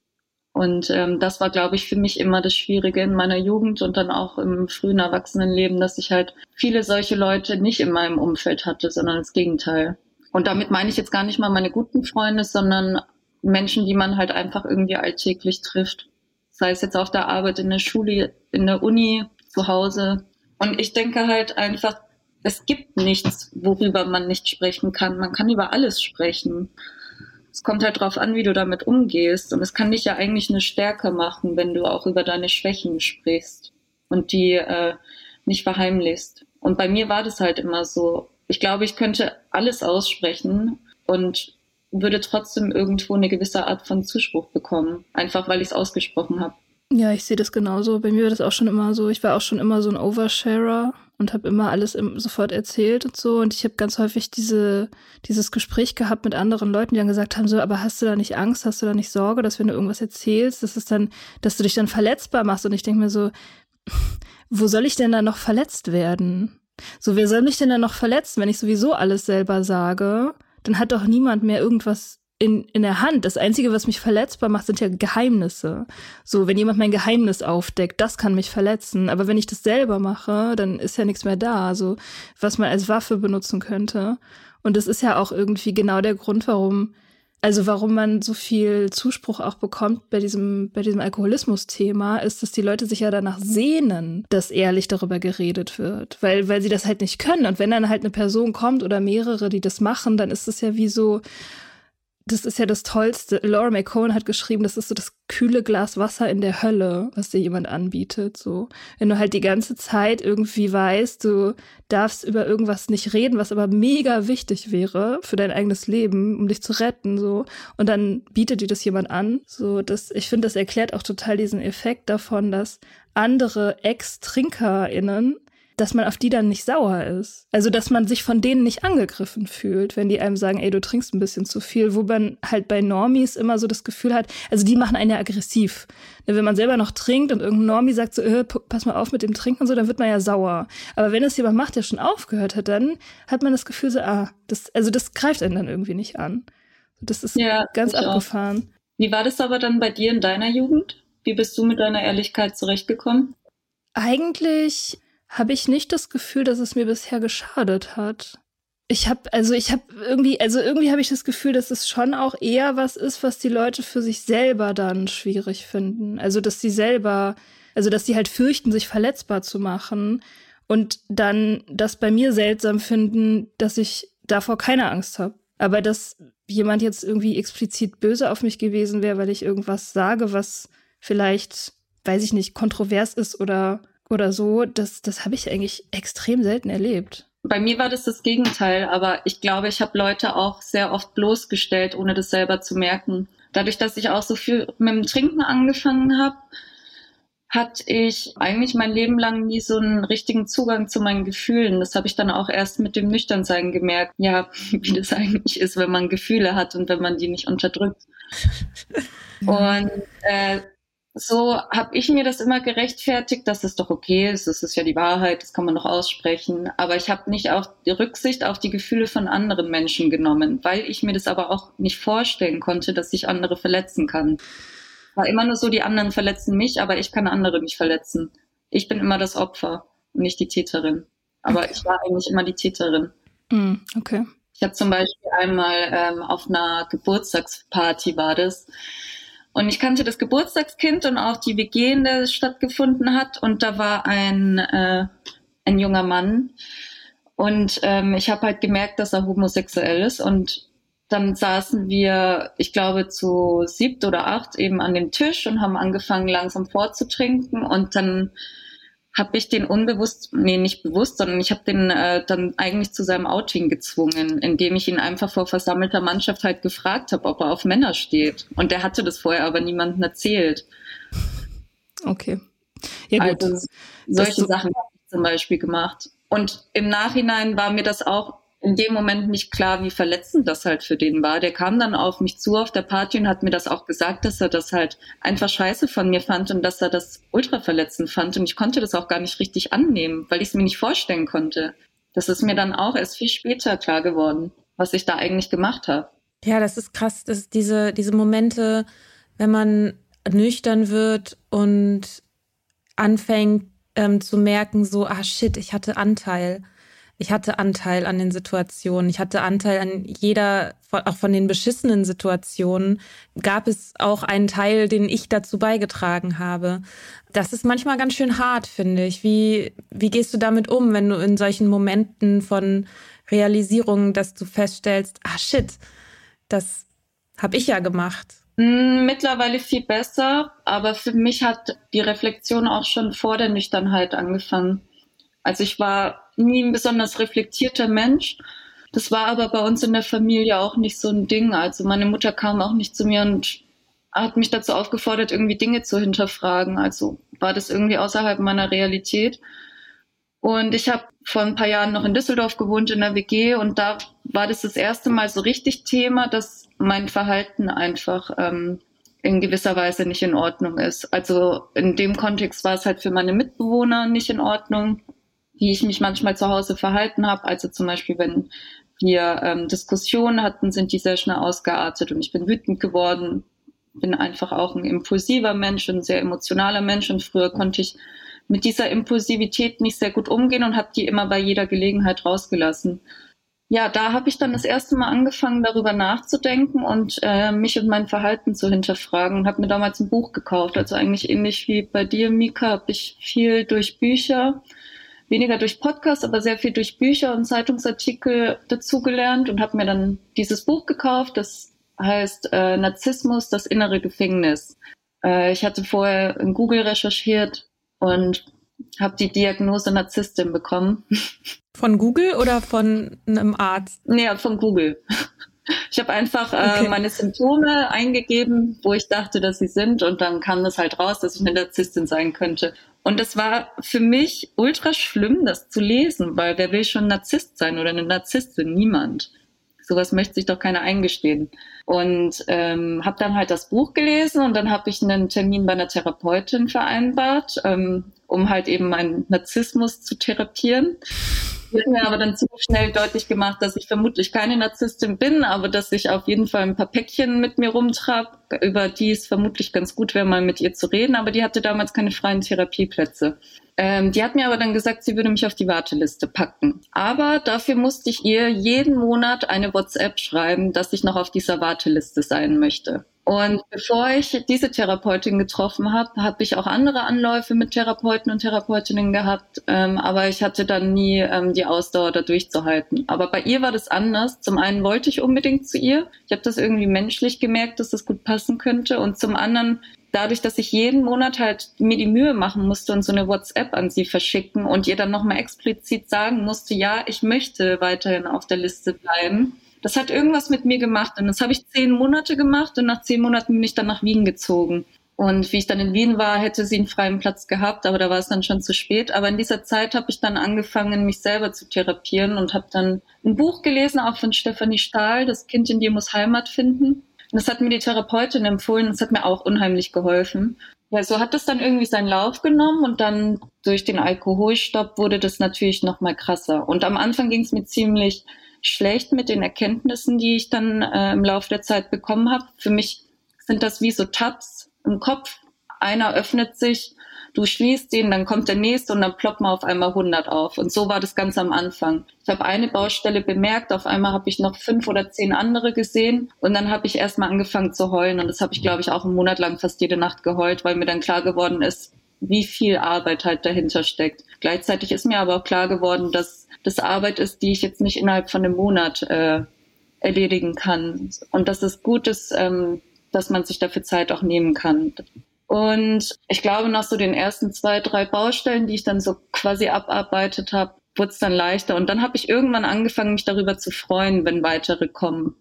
Und das war, glaube ich, für mich immer das Schwierige in meiner Jugend und dann auch im frühen Erwachsenenleben, dass ich halt viele solche Leute nicht in meinem Umfeld hatte, sondern das Gegenteil. Und damit meine ich jetzt gar nicht mal meine guten Freunde, sondern Menschen, die man halt einfach irgendwie alltäglich trifft. Sei es jetzt auf der Arbeit, in der Schule, in der Uni, zu Hause. Und ich denke halt einfach, es gibt nichts, worüber man nicht sprechen kann. Man kann über alles sprechen. Es kommt halt drauf an, wie du damit umgehst. Und es kann dich ja eigentlich eine Stärke machen, wenn du auch über deine Schwächen sprichst und die nicht verheimlichst. Und bei mir war das halt immer so. Ich glaube, ich könnte alles aussprechen und würde trotzdem irgendwo eine gewisse Art von Zuspruch bekommen. Einfach, weil ich es ausgesprochen habe. Ja, ich sehe das genauso. Bei mir war das auch schon immer so. Ich war auch schon immer so ein Oversharer und habe immer alles sofort erzählt und so. Und ich habe ganz häufig dieses Gespräch gehabt mit anderen Leuten, die dann gesagt haben, so, aber hast du da nicht Angst, hast du da nicht Sorge, dass wenn du irgendwas erzählst, dass du dich dann verletzbar machst? Und ich denke mir so, wo soll ich denn da noch verletzt werden? So, wer soll mich denn da noch verletzen, wenn ich sowieso alles selber sage? Dann hat doch niemand mehr irgendwas in der Hand. Das Einzige, was mich verletzbar macht, sind ja Geheimnisse. So, wenn jemand mein Geheimnis aufdeckt, das kann mich verletzen. Aber wenn ich das selber mache, dann ist ja nichts mehr da, so was man als Waffe benutzen könnte. Und das ist ja auch irgendwie genau der Grund, warum man so viel Zuspruch auch bekommt bei diesem Alkoholismus-Thema, ist, dass die Leute sich ja danach sehnen, dass ehrlich darüber geredet wird, weil sie das halt nicht können. Und wenn dann halt eine Person kommt oder mehrere, die das machen, dann ist es ja wie so, das ist ja das Tollste. Laura McCone hat geschrieben, das ist so das kühle Glas Wasser in der Hölle, was dir jemand anbietet. So, wenn du halt die ganze Zeit irgendwie weißt, du darfst über irgendwas nicht reden, was aber mega wichtig wäre für dein eigenes Leben, um dich zu retten, so. Und dann bietet dir das jemand an. So, ich finde, das erklärt auch total diesen Effekt davon, dass andere Ex-TrinkerInnen, dass man auf die dann nicht sauer ist. Also, dass man sich von denen nicht angegriffen fühlt, wenn die einem sagen, ey, du trinkst ein bisschen zu viel, wo man halt bei Normies immer so das Gefühl hat, also die machen einen ja aggressiv. Wenn man selber noch trinkt und irgendein Normie sagt so, pass mal auf mit dem Trinken und so, dann wird man ja sauer. Aber wenn es jemand macht, der schon aufgehört hat, dann hat man das Gefühl so, das greift einen dann irgendwie nicht an. Das ist ganz abgefahren. Auch. Wie war das aber dann bei dir in deiner Jugend? Wie bist du mit deiner Ehrlichkeit zurechtgekommen? Eigentlich habe ich nicht das Gefühl, dass es mir bisher geschadet hat. Irgendwie habe ich das Gefühl, dass es schon auch eher was ist, was die Leute für sich selber dann schwierig finden. Also, dass die halt fürchten, sich verletzbar zu machen und dann das bei mir seltsam finden, dass ich davor keine Angst habe. Aber dass jemand jetzt irgendwie explizit böse auf mich gewesen wäre, weil ich irgendwas sage, was vielleicht, weiß ich nicht, kontrovers ist oder so, das habe ich eigentlich extrem selten erlebt. Bei mir war das Gegenteil, aber ich glaube, ich habe Leute auch sehr oft bloßgestellt, ohne das selber zu merken. Dadurch, dass ich auch so viel mit dem Trinken angefangen habe, hatte ich eigentlich mein Leben lang nie so einen richtigen Zugang zu meinen Gefühlen. Das habe ich dann auch erst mit dem Nüchternsein gemerkt, ja, wie das eigentlich ist, wenn man Gefühle hat und wenn man die nicht unterdrückt. Und so habe ich mir das immer gerechtfertigt, dass es doch okay ist, das ist ja die Wahrheit, das kann man doch aussprechen. Aber ich habe nicht auch die Rücksicht auf die Gefühle von anderen Menschen genommen, weil ich mir das aber auch nicht vorstellen konnte, dass ich andere verletzen kann. War immer nur so, die anderen verletzen mich, aber ich kann andere nicht verletzen. Ich bin immer das Opfer und nicht die Täterin. Aber ich war eigentlich immer die Täterin. Okay. Ich habe zum Beispiel einmal auf einer Geburtstagsparty war das. Und ich kannte das Geburtstagskind und auch die WG, in der es stattgefunden hat. Und da war ein junger Mann. Und ich habe halt gemerkt, dass er homosexuell ist. Und dann saßen wir, ich glaube, zu 7 oder 8 eben an dem Tisch und haben angefangen, langsam vorzutrinken. Und dann habe ich den nicht bewusst, sondern ich habe den dann eigentlich zu seinem Outing gezwungen, indem ich ihn einfach vor versammelter Mannschaft halt gefragt habe, ob er auf Männer steht. Und der hatte das vorher aber niemandem erzählt. Okay. Ja, gut. Also solche Sachen habe ich zum Beispiel gemacht. Und im Nachhinein war mir das auch in dem Moment nicht klar, wie verletzend das halt für den war. Der kam dann auf mich zu auf der Party und hat mir das auch gesagt, dass er das halt einfach scheiße von mir fand und dass er das ultra verletzend fand. Und ich konnte das auch gar nicht richtig annehmen, weil ich es mir nicht vorstellen konnte. Das ist mir dann auch erst viel später klar geworden, was ich da eigentlich gemacht habe. Ja, das ist krass. Das ist diese Momente, wenn man nüchtern wird und anfängt zu merken, so, shit, ich hatte Anteil. Ich hatte Anteil an den Situationen. Ich hatte Anteil an jeder, auch von den beschissenen Situationen, gab es auch einen Teil, den ich dazu beigetragen habe. Das ist manchmal ganz schön hart, finde ich. Wie gehst du damit um, wenn du in solchen Momenten von Realisierung, dass du feststellst, shit, das habe ich ja gemacht? Mittlerweile viel besser, aber für mich hat die Reflexion auch schon vor der Nüchternheit angefangen. Also ich war nie ein besonders reflektierter Mensch. Das war aber bei uns in der Familie auch nicht so ein Ding. Also meine Mutter kam auch nicht zu mir und hat mich dazu aufgefordert, irgendwie Dinge zu hinterfragen. Also war das irgendwie außerhalb meiner Realität. Und ich habe vor ein paar Jahren noch in Düsseldorf gewohnt, in der WG. Und da war das erste Mal so richtig Thema, dass mein Verhalten einfach in gewisser Weise nicht in Ordnung ist. Also in dem Kontext war es halt für meine Mitbewohner nicht in Ordnung, wie ich mich manchmal zu Hause verhalten habe. Also zum Beispiel, wenn wir Diskussionen hatten, sind die sehr schnell ausgeartet und ich bin wütend geworden. Bin einfach auch ein impulsiver Mensch, ein sehr emotionaler Mensch und früher konnte ich mit dieser Impulsivität nicht sehr gut umgehen und habe die immer bei jeder Gelegenheit rausgelassen. Ja, da habe ich dann das erste Mal angefangen, darüber nachzudenken und mich und mein Verhalten zu hinterfragen und habe mir damals ein Buch gekauft. Also eigentlich ähnlich wie bei dir, Mika, habe ich viel durch Bücher, weniger durch Podcasts, aber sehr viel durch Bücher und Zeitungsartikel dazugelernt und habe mir dann dieses Buch gekauft, das heißt Narzissmus, das innere Gefängnis. Ich hatte vorher in Google recherchiert und habe die Diagnose Narzisstin bekommen. Von Google oder von einem Arzt? Ja, von Google. Ich habe einfach meine Symptome eingegeben, wo ich dachte, dass sie sind und dann kam das halt raus, dass ich eine Narzisstin sein könnte. Und das war für mich ultra schlimm, das zu lesen, weil wer will schon Narzisst sein oder eine Narzisstin? Niemand. Sowas möchte sich doch keiner eingestehen. Und habe dann halt das Buch gelesen und dann habe ich einen Termin bei einer Therapeutin vereinbart, um halt eben meinen Narzissmus zu therapieren. Die hat mir aber dann ziemlich schnell deutlich gemacht, dass ich vermutlich keine Narzisstin bin, aber dass ich auf jeden Fall ein paar Päckchen mit mir rumtrage, über die es vermutlich ganz gut wäre, mal mit ihr zu reden. Aber die hatte damals keine freien Therapieplätze. Die hat mir aber dann gesagt, sie würde mich auf die Warteliste packen. Aber dafür musste ich ihr jeden Monat eine WhatsApp schreiben, dass ich noch auf dieser Warteliste sein möchte. Und bevor ich diese Therapeutin getroffen habe, habe ich auch andere Anläufe mit Therapeuten und Therapeutinnen gehabt. Aber ich hatte dann nie die Ausdauer, da durchzuhalten. Aber bei ihr war das anders. Zum einen wollte ich unbedingt zu ihr. Ich habe das irgendwie menschlich gemerkt, dass das gut passen könnte. Und zum anderen, dadurch, dass ich jeden Monat halt mir die Mühe machen musste und so eine WhatsApp an sie verschicken und ihr dann nochmal explizit sagen musste, ja, ich möchte weiterhin auf der Liste bleiben. Das hat irgendwas mit mir gemacht und das habe ich 10 Monate gemacht und nach 10 Monaten bin ich dann nach Wien gezogen. Und wie ich dann in Wien war, hätte sie einen freien Platz gehabt, aber da war es dann schon zu spät. Aber in dieser Zeit habe ich dann angefangen, mich selber zu therapieren und habe dann ein Buch gelesen, auch von Stefanie Stahl, Das Kind in dir muss Heimat finden. Und das hat mir die Therapeutin empfohlen, das hat mir auch unheimlich geholfen. Ja, so hat das dann irgendwie seinen Lauf genommen und dann durch den Alkoholstopp wurde das natürlich noch mal krasser. Und am Anfang ging es mir ziemlich schlecht mit den Erkenntnissen, die ich dann im Laufe der Zeit bekommen habe. Für mich sind das wie so Tabs im Kopf. Einer öffnet sich, du schließt den, dann kommt der nächste und dann ploppen auf einmal 100 auf. Und so war das ganz am Anfang. Ich habe eine Baustelle bemerkt, auf einmal habe ich noch 5 oder 10 andere gesehen und dann habe ich erstmal angefangen zu heulen. Und das habe ich, glaube ich, auch einen Monat lang fast jede Nacht geheult, weil mir dann klar geworden ist, wie viel Arbeit halt dahinter steckt. Gleichzeitig ist mir aber auch klar geworden, dass das Arbeit ist, die ich jetzt nicht innerhalb von einem Monat erledigen kann. Und dass es gut ist, dass man sich dafür Zeit auch nehmen kann. Und ich glaube, nach so den ersten 2, 3 Baustellen, die ich dann so quasi abarbeitet habe, wurde es dann leichter. Und dann habe ich irgendwann angefangen, mich darüber zu freuen, wenn weitere kommen.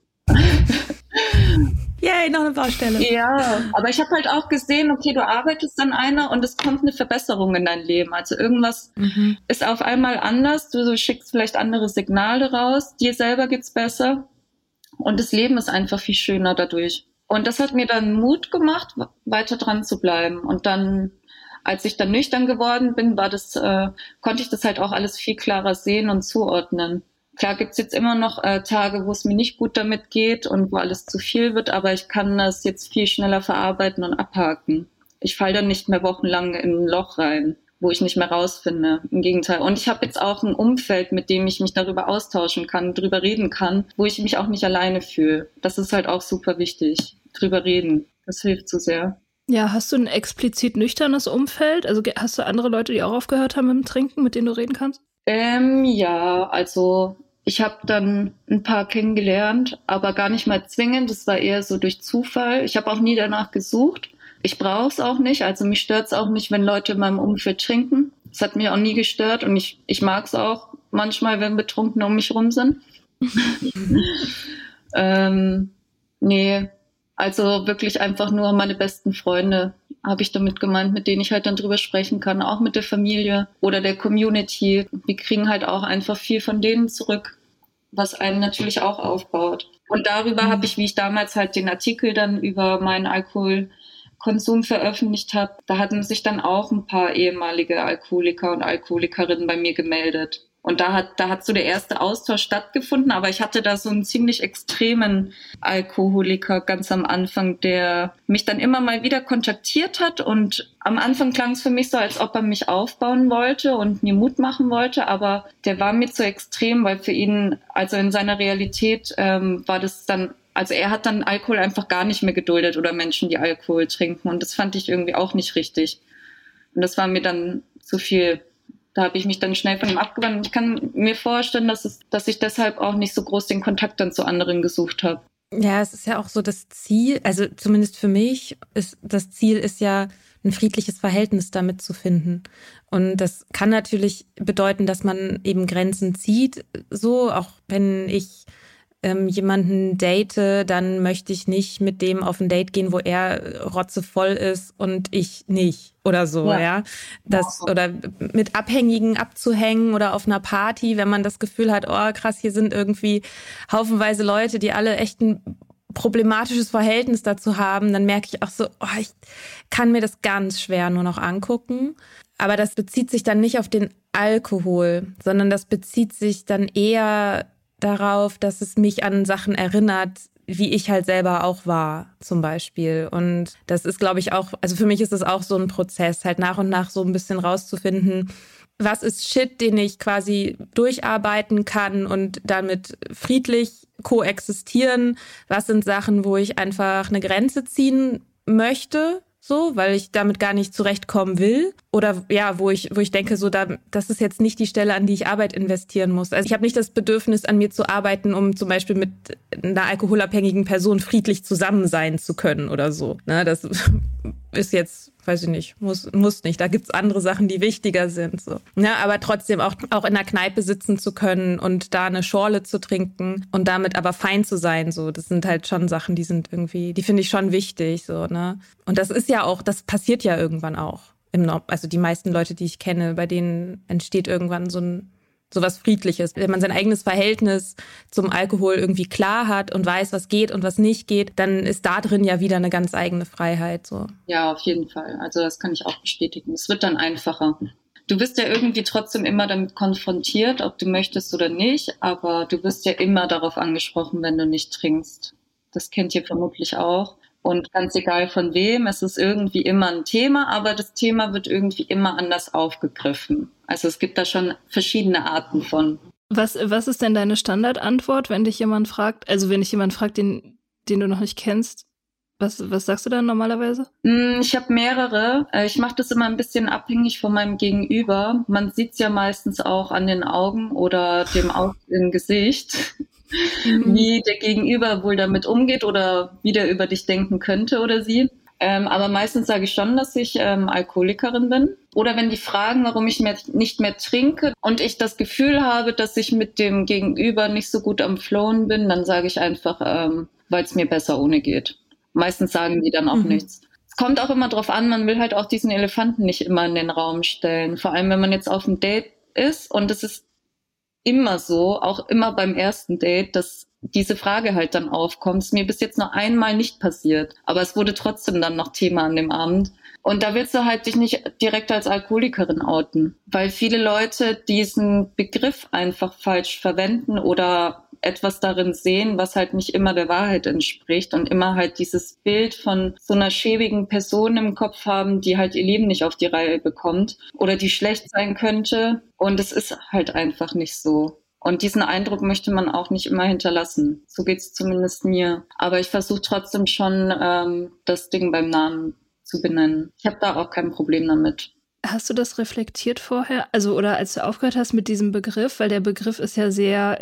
Yay, noch eine Baustelle. Ja, aber ich habe halt auch gesehen, okay, du arbeitest an einer und es kommt eine Verbesserung in dein Leben. Also irgendwas ist auf einmal anders. Du schickst vielleicht andere Signale raus. Dir selber geht's besser. Und das Leben ist einfach viel schöner dadurch. Und das hat mir dann Mut gemacht, weiter dran zu bleiben. Und dann, als ich dann nüchtern geworden bin, konnte ich das halt auch alles viel klarer sehen und zuordnen. Klar gibt's jetzt immer noch Tage, wo es mir nicht gut damit geht und wo alles zu viel wird, aber ich kann das jetzt viel schneller verarbeiten und abhaken. Ich falle dann nicht mehr wochenlang in ein Loch rein, wo ich nicht mehr rausfinde. Im Gegenteil. Und ich habe jetzt auch ein Umfeld, mit dem ich mich darüber austauschen kann, drüber reden kann, wo ich mich auch nicht alleine fühle. Das ist halt auch super wichtig. Drüber reden. Das hilft so sehr. Ja, hast du ein explizit nüchternes Umfeld? Also hast du andere Leute, die auch aufgehört haben mit dem Trinken, mit denen du reden kannst? Ja, also ich habe dann ein paar kennengelernt, aber gar nicht mal zwingend. Das war eher so durch Zufall. Ich habe auch nie danach gesucht. Ich brauche es auch nicht. Also mich stört es auch nicht, wenn Leute in meinem Umfeld trinken. Das hat mich auch nie gestört und ich mag es auch manchmal, wenn Betrunkene um mich rum sind. Nee, also wirklich einfach nur meine besten Freunde, habe ich damit gemeint, mit denen ich halt dann drüber sprechen kann, auch mit der Familie oder der Community. Wir kriegen halt auch einfach viel von denen zurück, was einen natürlich auch aufbaut. Und darüber habe ich, wie ich damals halt den Artikel dann über meinen Alkoholkonsum veröffentlicht habe, da hatten sich dann auch ein paar ehemalige Alkoholiker und Alkoholikerinnen bei mir gemeldet. Und da hat so der erste Austausch stattgefunden, aber ich hatte da so einen ziemlich extremen Alkoholiker ganz am Anfang, der mich dann immer mal wieder kontaktiert hat. Und am Anfang klang es für mich so, als ob er mich aufbauen wollte und mir Mut machen wollte, aber der war mir zu extrem, weil für ihn, also in seiner Realität war das dann, also er hat dann Alkohol einfach gar nicht mehr geduldet oder Menschen, die Alkohol trinken. Und das fand ich irgendwie auch nicht richtig. Und das war mir dann zu viel. Da habe ich mich dann schnell von ihm abgewandt. Ich kann mir vorstellen, dass ich deshalb auch nicht so groß den Kontakt dann zu anderen gesucht habe. Ja, es ist ja auch so das Ziel, also zumindest für mich, das Ziel ist ja, ein friedliches Verhältnis damit zu finden. Und das kann natürlich bedeuten, dass man eben Grenzen zieht. So, auch wenn ich jemanden date, dann möchte ich nicht mit dem auf ein Date gehen, wo er rotzevoll ist und ich nicht oder so, ja. Oder mit Abhängigen abzuhängen oder auf einer Party, wenn man das Gefühl hat, oh krass, hier sind irgendwie haufenweise Leute, die alle echt ein problematisches Verhältnis dazu haben, dann merke ich auch so, oh, ich kann mir das ganz schwer nur noch angucken. Aber das bezieht sich dann nicht auf den Alkohol, sondern das bezieht sich dann eher darauf, dass es mich an Sachen erinnert, wie ich halt selber auch war, zum Beispiel. Und das ist, glaube ich, auch, also für mich ist das auch so ein Prozess, halt nach und nach so ein bisschen rauszufinden, was ist Shit, den ich quasi durcharbeiten kann und damit friedlich koexistieren, was sind Sachen, wo ich einfach eine Grenze ziehen möchte, so, weil ich damit gar nicht zurechtkommen will. Oder ja, wo ich denke, so, das ist jetzt nicht die Stelle, an die ich Arbeit investieren muss. Also ich habe nicht das Bedürfnis, an mir zu arbeiten, um zum Beispiel mit einer alkoholabhängigen Person friedlich zusammen sein zu können oder so. Ne, das ist jetzt, weiß ich nicht, muss nicht. Da gibt's andere Sachen, die wichtiger sind. So. Ja, aber trotzdem auch in der Kneipe sitzen zu können und da eine Schorle zu trinken und damit aber fein zu sein. So, das sind halt schon Sachen, die finde ich schon wichtig. So, ne? Und das ist ja auch, das passiert ja irgendwann auch. Also die meisten Leute, die ich kenne, bei denen entsteht irgendwann so was Friedliches. Wenn man sein eigenes Verhältnis zum Alkohol irgendwie klar hat und weiß, was geht und was nicht geht, dann ist da drin ja wieder eine ganz eigene Freiheit. So. Ja, auf jeden Fall. Also das kann ich auch bestätigen. Es wird dann einfacher. Du bist ja irgendwie trotzdem immer damit konfrontiert, ob du möchtest oder nicht, aber du wirst ja immer darauf angesprochen, wenn du nicht trinkst. Das kennt ihr vermutlich auch. Und ganz egal von wem, es ist irgendwie immer ein Thema, aber das Thema wird irgendwie immer anders aufgegriffen. Also es gibt da schon verschiedene Arten von. Was ist denn deine Standardantwort, wenn dich jemand fragt, also wenn dich jemand fragt, den du noch nicht kennst, was sagst du dann normalerweise? Ich habe mehrere. Ich mache das immer ein bisschen abhängig von meinem Gegenüber. Man sieht es ja meistens auch an den Augen oder dem im Gesicht. Wie der Gegenüber wohl damit umgeht oder wie der über dich denken könnte oder sie. Aber meistens sage ich schon, dass ich Alkoholikerin bin. Oder wenn die fragen, warum ich nicht mehr trinke und ich das Gefühl habe, dass ich mit dem Gegenüber nicht so gut am Flowen bin, dann sage ich einfach, weil es mir besser ohne geht. Meistens sagen die dann auch nichts. Es kommt auch immer drauf an, man will halt auch diesen Elefanten nicht immer in den Raum stellen. Vor allem, wenn man jetzt auf einem Date ist und es ist immer so, auch immer beim ersten Date, dass diese Frage halt dann aufkommt. Es ist mir bis jetzt noch einmal nicht passiert, aber es wurde trotzdem dann noch Thema an dem Abend. Und da willst du halt dich nicht direkt als Alkoholikerin outen, weil viele Leute diesen Begriff einfach falsch verwenden oder etwas darin sehen, was halt nicht immer der Wahrheit entspricht und immer halt dieses Bild von so einer schäbigen Person im Kopf haben, die halt ihr Leben nicht auf die Reihe bekommt oder die schlecht sein könnte. Und es ist halt einfach nicht so. Und diesen Eindruck möchte man auch nicht immer hinterlassen. So geht's zumindest mir. Aber ich versuche trotzdem schon, das Ding beim Namen zu benennen. Ich habe da auch kein Problem damit. Hast du das reflektiert vorher? Also, oder als du aufgehört hast mit diesem Begriff, weil der Begriff ist ja sehr,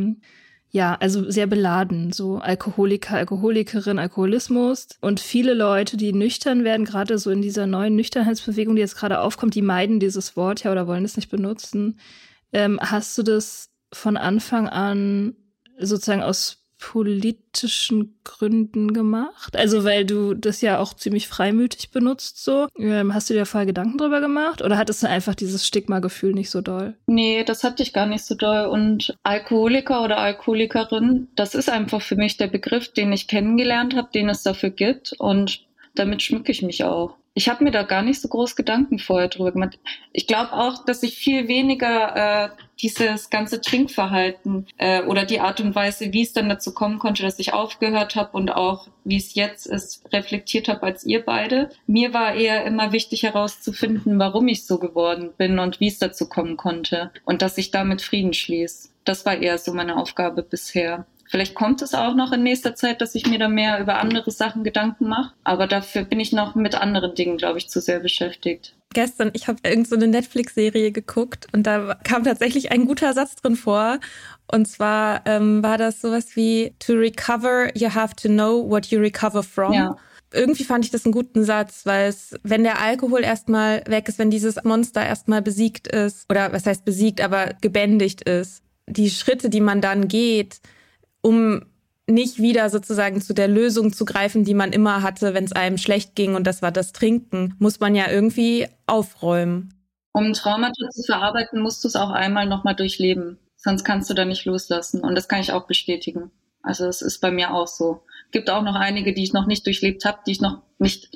also sehr beladen, so Alkoholiker, Alkoholikerin, Alkoholismus. Und viele Leute, die nüchtern werden, gerade so in dieser neuen Nüchternheitsbewegung, die jetzt gerade aufkommt, die meiden dieses Wort ja oder wollen es nicht benutzen. Hast du das von Anfang an sozusagen aus politischen Gründen gemacht? Also weil du das ja auch ziemlich freimütig benutzt so. Hast du dir vorher Gedanken drüber gemacht? Oder hattest du einfach dieses Stigma-Gefühl nicht so doll? Nee, das hatte ich gar nicht so doll. Und Alkoholiker oder Alkoholikerin, das ist einfach für mich der Begriff, den ich kennengelernt habe, den es dafür gibt. Und damit schmücke ich mich auch. Ich habe mir da gar nicht so groß Gedanken vorher drüber gemacht. Ich glaube auch, dass ich viel weniger dieses ganze Trinkverhalten oder die Art und Weise, wie es dann dazu kommen konnte, dass ich aufgehört habe und auch wie es jetzt ist, reflektiert habe als ihr beide. Mir war eher immer wichtig herauszufinden, warum ich so geworden bin und wie es dazu kommen konnte und dass ich damit Frieden schließe. Das war eher so meine Aufgabe bisher. Vielleicht kommt es auch noch in nächster Zeit, dass ich mir da mehr über andere Sachen Gedanken mache. Aber dafür bin ich noch mit anderen Dingen, glaube ich, zu sehr beschäftigt. Gestern, ich habe irgend so eine Netflix-Serie geguckt und da kam tatsächlich ein guter Satz drin vor. Und zwar war das sowas wie, to recover, you have to know what you recover from. Ja. Irgendwie fand ich das einen guten Satz, weil wenn der Alkohol erstmal weg ist, wenn dieses Monster erstmal besiegt ist, oder was heißt besiegt, aber gebändigt ist, die Schritte, die man dann geht, um nicht wieder sozusagen zu der Lösung zu greifen, die man immer hatte, wenn es einem schlecht ging, und das war das Trinken, muss man ja irgendwie aufräumen. Um Traumata zu verarbeiten, musst du es auch einmal nochmal durchleben. Sonst kannst du da nicht loslassen. Und das kann ich auch bestätigen. Also es ist bei mir auch so. Es gibt auch noch einige, die ich noch nicht durchlebt habe, die ich noch nicht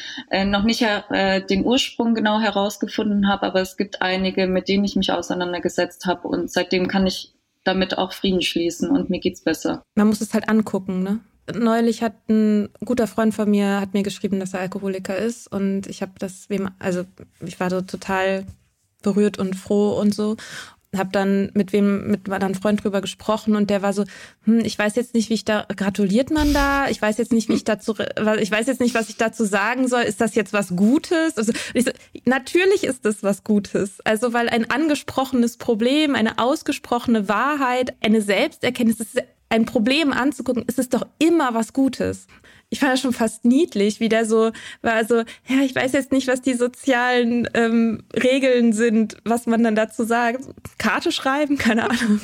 den Ursprung genau herausgefunden habe. Aber es gibt einige, mit denen ich mich auseinandergesetzt habe. Und seitdem kann ich damit auch Frieden schließen und mir geht's besser. Man muss es halt angucken, ne? Neulich hat ein guter Freund von mir hat mir geschrieben, dass er Alkoholiker ist, und ich ich war so total berührt und froh und so. Habe dann mit einem Freund drüber gesprochen, und der war so, ich weiß jetzt nicht, gratuliert man da? Ich weiß jetzt nicht, was ich dazu sagen soll. Ist das jetzt was Gutes? Also natürlich ist das was Gutes. Also, weil ein angesprochenes Problem, eine ausgesprochene Wahrheit, eine Selbsterkenntnis, ein Problem anzugucken, ist es doch immer was Gutes. ich fand das schon fast niedlich, wie der so war, so, ja, ich weiß jetzt nicht, was die sozialen Regeln sind, was man dann dazu sagt. Karte schreiben, keine Ahnung.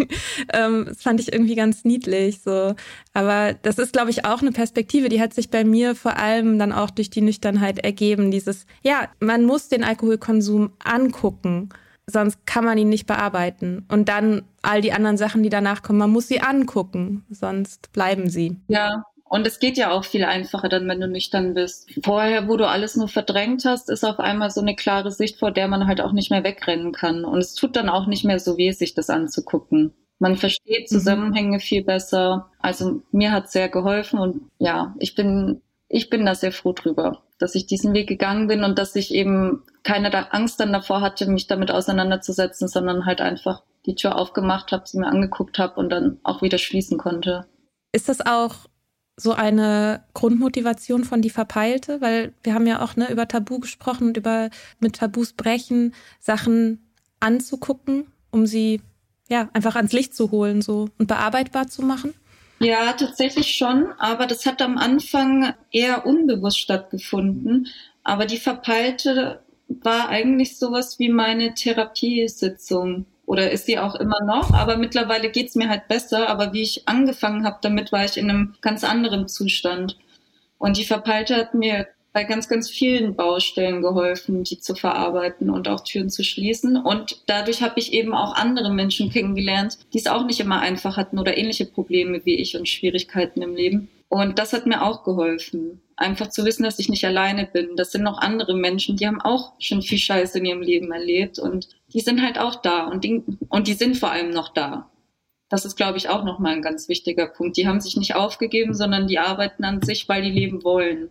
Das fand ich irgendwie ganz niedlich, so. Aber das ist, glaube ich, auch eine Perspektive, die hat sich bei mir vor allem dann auch durch die Nüchternheit ergeben. Dieses, ja, man muss den Alkoholkonsum angucken, sonst kann man ihn nicht bearbeiten. Und dann all die anderen Sachen, die danach kommen, man muss sie angucken, sonst bleiben sie. Ja, und es geht ja auch viel einfacher dann, wenn du nüchtern bist. Vorher, wo du alles nur verdrängt hast, ist auf einmal so eine klare Sicht, vor der man halt auch nicht mehr wegrennen kann. Und es tut dann auch nicht mehr so weh, sich das anzugucken. Man versteht Zusammenhänge viel besser. Also mir hat es sehr geholfen und ja, ich bin da sehr froh drüber, dass ich diesen Weg gegangen bin und dass ich eben keine Angst dann davor hatte, mich damit auseinanderzusetzen, sondern halt einfach die Tür aufgemacht habe, sie mir angeguckt habe und dann auch wieder schließen konnte. Ist das auch so eine Grundmotivation von Die Verpeilte? Weil wir haben ja auch über Tabu gesprochen und über mit Tabus brechen, Sachen anzugucken, um sie ja einfach ans Licht zu holen so und bearbeitbar zu machen? Ja, tatsächlich schon, aber das hat am Anfang eher unbewusst stattgefunden. Aber Die Verpeilte war eigentlich sowas wie meine Therapiesitzung. Oder ist sie auch immer noch, aber mittlerweile geht's mir halt besser. Aber wie ich angefangen habe damit, war ich in einem ganz anderen Zustand. Und Die Verpeilte hat mir bei ganz, ganz vielen Baustellen geholfen, die zu verarbeiten und auch Türen zu schließen. Und dadurch habe ich eben auch andere Menschen kennengelernt, die es auch nicht immer einfach hatten oder ähnliche Probleme wie ich und Schwierigkeiten im Leben. Und das hat mir auch geholfen, einfach zu wissen, dass ich nicht alleine bin. Das sind noch andere Menschen, die haben auch schon viel Scheiße in ihrem Leben erlebt und die sind halt auch da und die sind vor allem noch da. Das ist, glaube ich, auch nochmal ein ganz wichtiger Punkt. Die haben sich nicht aufgegeben, sondern die arbeiten an sich, weil die leben wollen.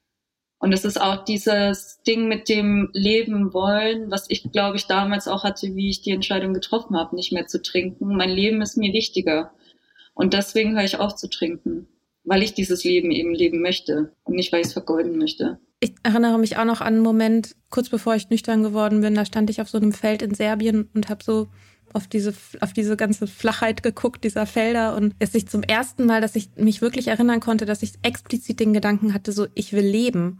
Und es ist auch dieses Ding mit dem Leben wollen, was ich, glaube ich, damals auch hatte, wie ich die Entscheidung getroffen habe, nicht mehr zu trinken. Mein Leben ist mir wichtiger. Und deswegen höre ich auf zu trinken, weil ich dieses Leben eben leben möchte und nicht, weil ich es vergeuden möchte. Ich erinnere mich auch noch an einen Moment, kurz bevor ich nüchtern geworden bin, da stand ich auf so einem Feld in Serbien und habe so auf diese ganze Flachheit geguckt, dieser Felder. Und es sich zum ersten Mal, dass ich mich wirklich erinnern konnte, dass ich explizit den Gedanken hatte, so, ich will leben.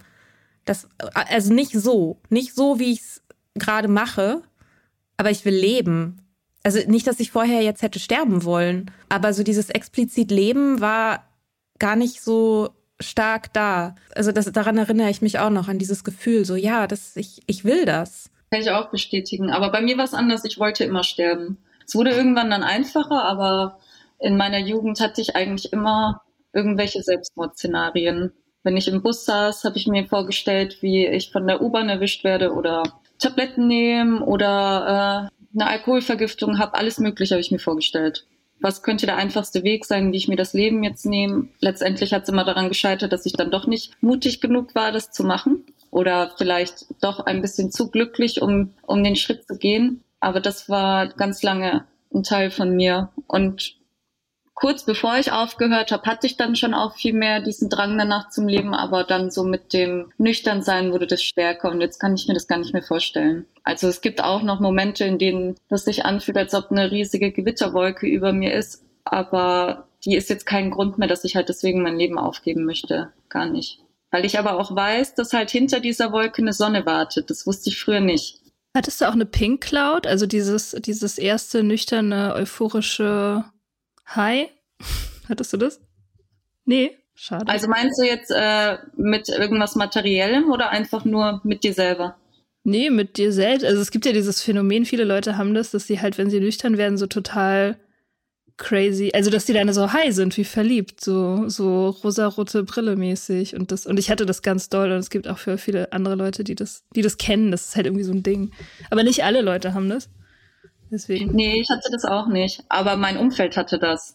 Also nicht so, wie ich es gerade mache, aber ich will leben. Also nicht, dass ich vorher jetzt hätte sterben wollen, aber so dieses explizit Leben war gar nicht so stark da. Also daran erinnere ich mich auch noch, an dieses Gefühl, so ja, ich will das. Kann ich auch bestätigen. Aber bei mir war es anders. Ich wollte immer sterben. Es wurde irgendwann dann einfacher, aber in meiner Jugend hatte ich eigentlich immer irgendwelche Selbstmordszenarien. Wenn ich im Bus saß, habe ich mir vorgestellt, wie ich von der U-Bahn erwischt werde oder Tabletten nehmen oder eine Alkoholvergiftung habe. Alles Mögliche habe ich mir vorgestellt. Was könnte der einfachste Weg sein, wie ich mir das Leben jetzt nehme? Letztendlich hat es immer daran gescheitert, dass ich dann doch nicht mutig genug war, das zu machen. Oder vielleicht doch ein bisschen zu glücklich, um den Schritt zu gehen. Aber das war ganz lange ein Teil von mir. Und kurz bevor ich aufgehört habe, hatte ich dann schon auch viel mehr diesen Drang danach zum Leben. Aber dann so mit dem Nüchternsein wurde das stärker. Und jetzt kann ich mir das gar nicht mehr vorstellen. Also es gibt auch noch Momente, in denen das sich anfühlt, als ob eine riesige Gewitterwolke über mir ist. Aber die ist jetzt kein Grund mehr, dass ich halt deswegen mein Leben aufgeben möchte. Gar nicht. Weil ich aber auch weiß, dass halt hinter dieser Wolke eine Sonne wartet. Das wusste ich früher nicht. Hattest du auch eine Pink Cloud? Also dieses erste nüchterne, euphorische High? Hattest du das? Nee, schade. Also meinst du jetzt mit irgendwas Materiellem oder einfach nur mit dir selber? Nee, mit dir selbst. Also es gibt ja dieses Phänomen, viele Leute haben das, dass sie halt, wenn sie nüchtern werden, so total crazy, also dass die dann so high sind, wie verliebt, so rosarote Brille mäßig und ich hatte das ganz doll und es gibt auch für viele andere Leute, die das kennen, das ist halt irgendwie so ein Ding. Aber nicht alle Leute haben das. Deswegen. Nee, ich hatte das auch nicht, aber mein Umfeld hatte das.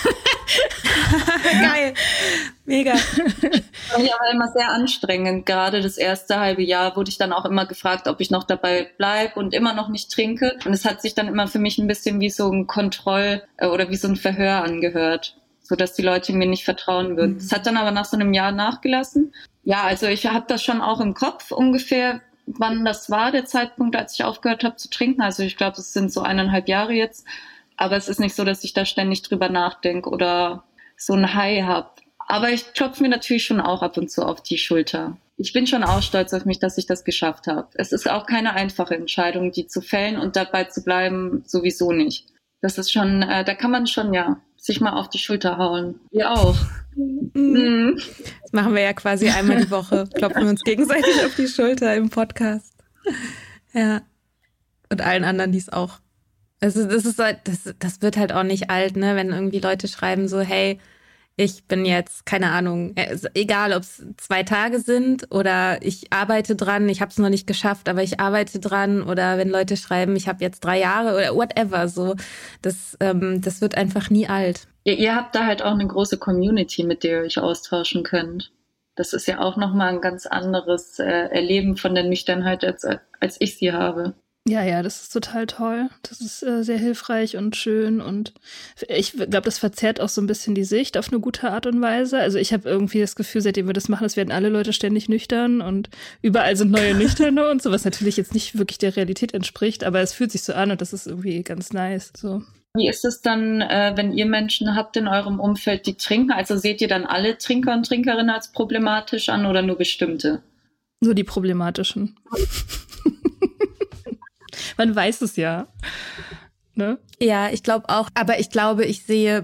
Geil. Mega. Fand ich aber immer sehr anstrengend. Gerade das erste halbe Jahr wurde ich dann auch immer gefragt, ob ich noch dabei bleibe und immer noch nicht trinke. Und es hat sich dann immer für mich ein bisschen wie so ein oder wie so ein Verhör angehört, sodass die Leute mir nicht vertrauen würden. Das hat dann aber nach so einem Jahr nachgelassen. Ja, also ich habe das schon auch im Kopf ungefähr, wann das war, der Zeitpunkt, als ich aufgehört habe zu trinken. Also ich glaube, es sind so 1,5 Jahre jetzt. Aber es ist nicht so, dass ich da ständig drüber nachdenke oder so ein High habe. Aber ich klopfe mir natürlich schon auch ab und zu auf die Schulter. Ich bin schon auch stolz auf mich, dass ich das geschafft habe. Es ist auch keine einfache Entscheidung, die zu fällen und dabei zu bleiben, sowieso nicht. Das ist schon, da kann man schon, ja, sich mal auf die Schulter hauen. Wir auch. Mhm. Das machen wir ja quasi einmal die Woche. Klopfen wir uns gegenseitig auf die Schulter im Podcast. Ja. Und allen anderen, die es auch. Also das wird halt auch nicht alt, ne? Wenn irgendwie Leute schreiben so, hey, ich bin jetzt, keine Ahnung, egal ob es 2 Tage sind oder ich arbeite dran, ich habe es noch nicht geschafft, aber ich arbeite dran. Oder wenn Leute schreiben, ich habe jetzt 3 Jahre oder whatever, so. Das wird einfach nie alt. Ihr habt da halt auch eine große Community, mit der ihr euch austauschen könnt. Das ist ja auch nochmal ein ganz anderes Erleben von der Nüchternheit, als ich sie habe. Ja, das ist total toll. Das ist sehr hilfreich und schön und ich glaube, das verzerrt auch so ein bisschen die Sicht auf eine gute Art und Weise. Also ich habe irgendwie das Gefühl, seitdem wir das machen, es werden alle Leute ständig nüchtern und überall sind neue Nüchterne und so, was natürlich jetzt nicht wirklich der Realität entspricht, aber es fühlt sich so an und das ist irgendwie ganz nice. So. Wie ist es dann, wenn ihr Menschen habt in eurem Umfeld, die trinken? Also seht ihr dann alle Trinker und Trinkerinnen als problematisch an oder nur bestimmte? Nur die problematischen. Man weiß es ja. Ne? Ja, ich glaube auch. Aber ich glaube, ich sehe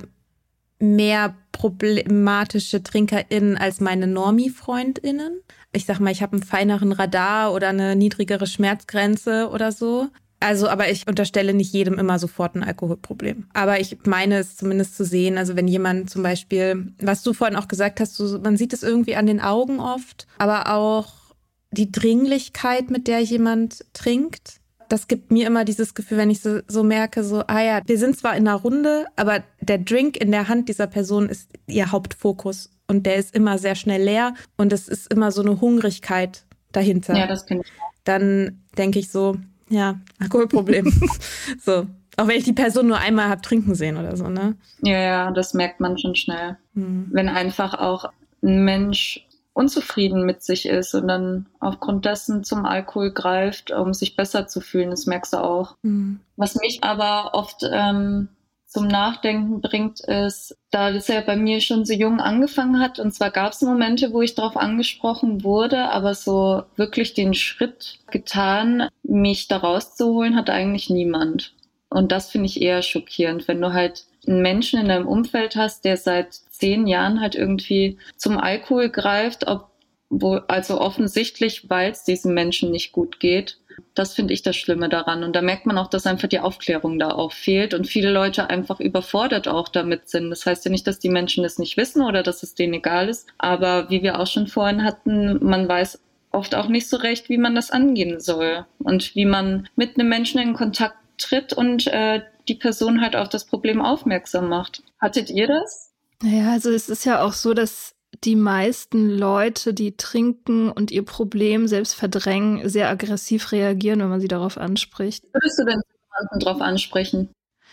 mehr problematische TrinkerInnen als meine Normie-FreundInnen. Ich sag mal, ich habe einen feineren Radar oder eine niedrigere Schmerzgrenze oder so. Also, aber ich unterstelle nicht jedem immer sofort ein Alkoholproblem. Aber ich meine es zumindest zu sehen, also wenn jemand zum Beispiel, was du vorhin auch gesagt hast, man sieht es irgendwie an den Augen oft, aber auch die Dringlichkeit, mit der jemand trinkt. Das gibt mir immer dieses Gefühl, wenn ich so merke, so, ja, wir sind zwar in einer Runde, aber der Drink in der Hand dieser Person ist ihr Hauptfokus und der ist immer sehr schnell leer und es ist immer so eine Hungrigkeit dahinter. Ja, das kenne ich auch. Dann denke ich so, ja, Alkoholproblem. So, auch wenn ich die Person nur einmal habe trinken sehen oder so, ne? Ja, das merkt man schon schnell. Wenn einfach auch ein Mensch unzufrieden mit sich ist und dann aufgrund dessen zum Alkohol greift, um sich besser zu fühlen, das merkst du auch. Was mich aber oft zum Nachdenken bringt, ist, da das ja bei mir schon so jung angefangen hat, und zwar gab es Momente, wo ich darauf angesprochen wurde, aber so wirklich den Schritt getan, mich da rauszuholen, hat eigentlich niemand. Und das finde ich eher schockierend, wenn du halt einen Menschen in deinem Umfeld hast, der seit 10 Jahren halt irgendwie zum Alkohol greift, also offensichtlich, weil es diesem Menschen nicht gut geht. Das finde ich das Schlimme daran. Und da merkt man auch, dass einfach die Aufklärung da auch fehlt und viele Leute einfach überfordert auch damit sind. Das heißt ja nicht, dass die Menschen das nicht wissen oder dass es denen egal ist. Aber wie wir auch schon vorhin hatten, man weiß oft auch nicht so recht, wie man das angehen soll und wie man mit einem Menschen in Kontakt tritt und die Person halt auf das Problem aufmerksam macht. Hattet ihr das? Naja, also es ist ja auch so, dass die meisten Leute, die trinken und ihr Problem selbst verdrängen, sehr aggressiv reagieren, wenn man sie darauf anspricht. Würdest du denn jemanden darauf ansprechen?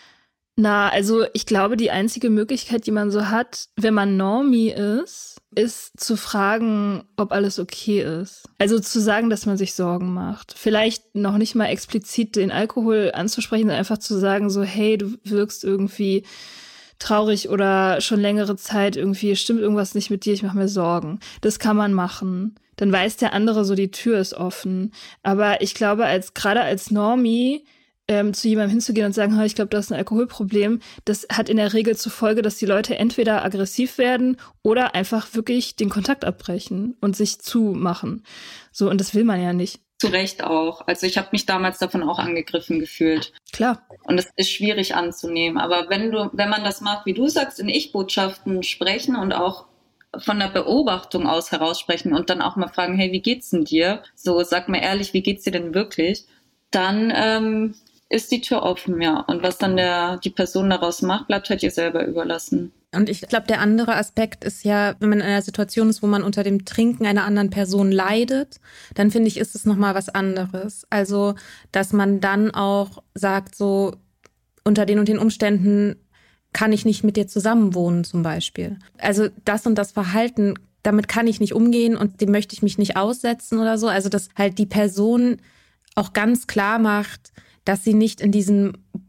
Na, also ich glaube, die einzige Möglichkeit, die man so hat, wenn man Normie ist zu fragen, ob alles okay ist. Also zu sagen, dass man sich Sorgen macht. Vielleicht noch nicht mal explizit den Alkohol anzusprechen, sondern einfach zu sagen so, hey, du wirkst irgendwie traurig oder schon längere Zeit irgendwie stimmt irgendwas nicht mit dir, ich mache mir Sorgen. Das kann man machen. Dann weiß der andere so, die Tür ist offen. Aber ich glaube, gerade als Normie zu jemandem hinzugehen und sagen, ich glaube, du hast ein Alkoholproblem, das hat in der Regel zur Folge, dass die Leute entweder aggressiv werden oder einfach wirklich den Kontakt abbrechen und sich zumachen. So, und das will man ja nicht. Zu Recht auch. Also ich habe mich damals davon auch angegriffen gefühlt. Klar. Und es ist schwierig anzunehmen. Aber wenn man das macht, wie du sagst, in Ich-Botschaften sprechen und auch von der Beobachtung aus heraussprechen und dann auch mal fragen, hey, wie geht's denn dir? So, sag mir ehrlich, wie geht's dir denn wirklich? Dann ist die Tür offen, ja. Und was dann die Person daraus macht, bleibt halt ihr selber überlassen. Und ich glaube, der andere Aspekt ist ja, wenn man in einer Situation ist, wo man unter dem Trinken einer anderen Person leidet, dann finde ich, ist es nochmal was anderes. Also, dass man dann auch sagt, so unter den und den Umständen kann ich nicht mit dir zusammenwohnen zum Beispiel. Also das und das Verhalten, damit kann ich nicht umgehen und dem möchte ich mich nicht aussetzen oder so. Also dass halt die Person auch ganz klar macht, dass sie nicht in diesem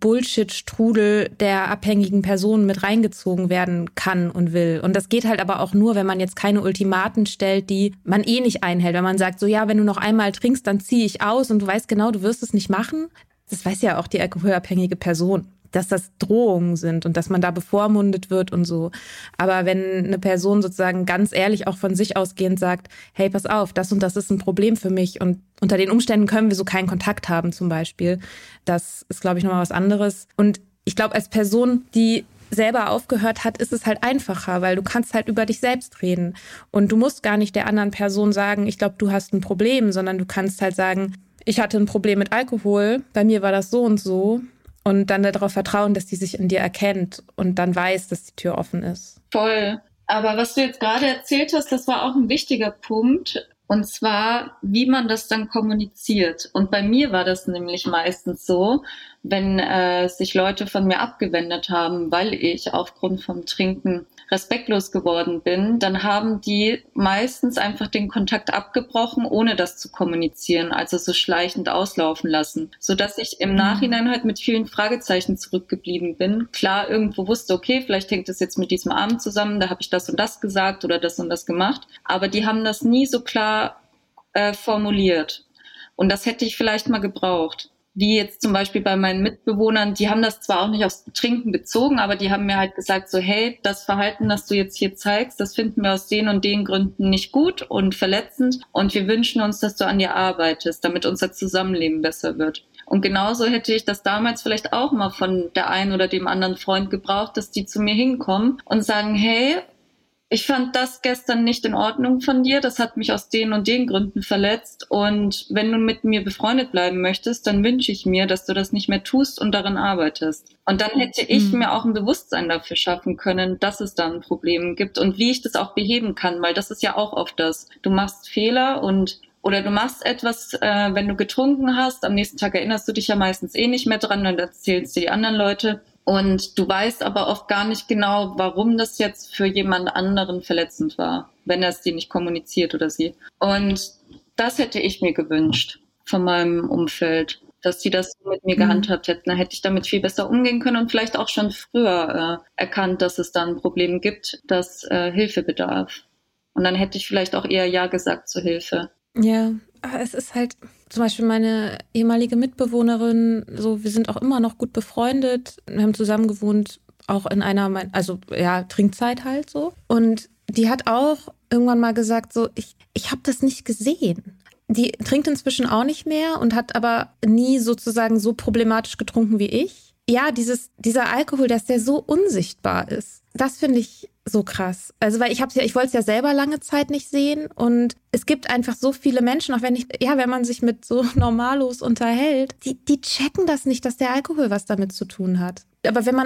Bullshit-Strudel der abhängigen Personen mit reingezogen werden kann und will. Und das geht halt aber auch nur, wenn man jetzt keine Ultimaten stellt, die man eh nicht einhält. Wenn man sagt, so ja, wenn du noch einmal trinkst, dann ziehe ich aus und du weißt genau, du wirst es nicht machen. Das weiß ja auch die alkoholabhängige Person, dass das Drohungen sind und dass man da bevormundet wird und so. Aber wenn eine Person sozusagen ganz ehrlich auch von sich ausgehend sagt, hey, pass auf, das und das ist ein Problem für mich und unter den Umständen können wir so keinen Kontakt haben zum Beispiel, das ist, glaube ich, nochmal was anderes. Und ich glaube, als Person, die selber aufgehört hat, ist es halt einfacher, weil du kannst halt über dich selbst reden. Und du musst gar nicht der anderen Person sagen, ich glaube, du hast ein Problem, sondern du kannst halt sagen, ich hatte ein Problem mit Alkohol, bei mir war das so und so. Und dann darauf vertrauen, dass die sich in dir erkennt und dann weiß, dass die Tür offen ist. Voll. Aber was du jetzt gerade erzählt hast, das war auch ein wichtiger Punkt. Und zwar, wie man das dann kommuniziert. Und bei mir war das nämlich meistens so, wenn sich Leute von mir abgewendet haben, weil ich aufgrund vom Trinken respektlos geworden bin, dann haben die meistens einfach den Kontakt abgebrochen, ohne das zu kommunizieren, also so schleichend auslaufen lassen, sodass ich im Nachhinein halt mit vielen Fragezeichen zurückgeblieben bin. Klar, irgendwo wusste, okay, vielleicht hängt das jetzt mit diesem Abend zusammen, da habe ich das und das gesagt oder das und das gemacht, aber die haben das nie so klar formuliert. Und das hätte ich vielleicht mal gebraucht. Wie jetzt zum Beispiel bei meinen Mitbewohnern, die haben das zwar auch nicht aufs Trinken bezogen, aber die haben mir halt gesagt so, hey, das Verhalten, das du jetzt hier zeigst, das finden wir aus den und den Gründen nicht gut und verletzend und wir wünschen uns, dass du an dir arbeitest, damit unser Zusammenleben besser wird. Und genauso hätte ich das damals vielleicht auch mal von der einen oder dem anderen Freund gebraucht, dass die zu mir hinkommen und sagen, hey, ich fand das gestern nicht in Ordnung von dir, das hat mich aus den und den Gründen verletzt und wenn du mit mir befreundet bleiben möchtest, dann wünsche ich mir, dass du das nicht mehr tust und daran arbeitest. Und dann hätte ich mir auch ein Bewusstsein dafür schaffen können, dass es da ein Problem gibt und wie ich das auch beheben kann, weil das ist ja auch oft das. Du machst Fehler oder du machst etwas, wenn du getrunken hast, am nächsten Tag erinnerst du dich ja meistens eh nicht mehr dran, dann erzählst du die anderen Leute. Und du weißt aber oft gar nicht genau, warum das jetzt für jemand anderen verletzend war, wenn er es dir nicht kommuniziert oder sie. Und das hätte ich mir gewünscht von meinem Umfeld, dass die das mit mir gehandhabt hätten. Da hätte ich damit viel besser umgehen können und vielleicht auch schon früher erkannt, dass es da ein Problem gibt, das Hilfe bedarf. Und dann hätte ich vielleicht auch eher Ja gesagt zur Hilfe. Ja, aber es ist halt zum Beispiel meine ehemalige Mitbewohnerin, so wir sind auch immer noch gut befreundet, wir haben zusammen gewohnt, auch in einer, also ja, Trinkzeit halt so. Und die hat auch irgendwann mal gesagt, so ich habe das nicht gesehen. Die trinkt inzwischen auch nicht mehr und hat aber nie sozusagen so problematisch getrunken wie ich. Ja, dieser Alkohol, dass der so unsichtbar ist, das finde ich so krass. Also, weil ich wollte es ja selber lange Zeit nicht sehen und es gibt einfach so viele Menschen, auch wenn man sich mit so Normalos unterhält, die checken das nicht, dass der Alkohol was damit zu tun hat. Aber wenn man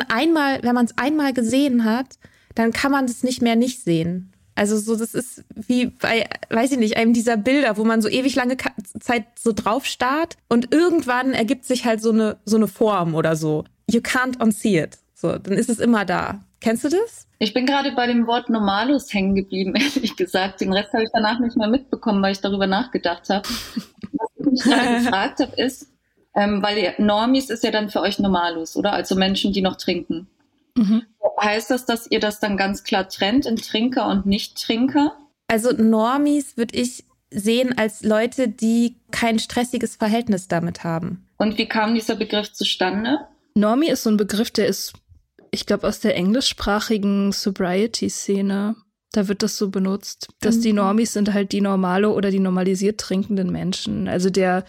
es einmal gesehen hat, dann kann man es nicht mehr nicht sehen. Also so, das ist wie bei, weiß ich nicht, einem dieser Bilder, wo man so ewig lange Zeit so drauf starrt und irgendwann ergibt sich halt so eine Form oder so. You can't unsee it. So, dann ist es immer da. Kennst du das? Ich bin gerade bei dem Wort Normalos hängen geblieben, ehrlich gesagt. Den Rest habe ich danach nicht mehr mitbekommen, weil ich darüber nachgedacht habe. Was ich mich gerade gefragt habe, ist, weil Normis ist ja dann für euch Normalos, oder? Also Menschen, die noch trinken. Mhm. Heißt das, dass ihr das dann ganz klar trennt in Trinker und Nicht-Trinker? Also Normis würde ich sehen als Leute, die kein stressiges Verhältnis damit haben. Und wie kam dieser Begriff zustande? Normie ist so ein Begriff, der ist, ich glaube, aus der englischsprachigen Sobriety-Szene. Da wird das so benutzt, dass die Normis sind halt die normale oder die normalisiert trinkenden Menschen. Also der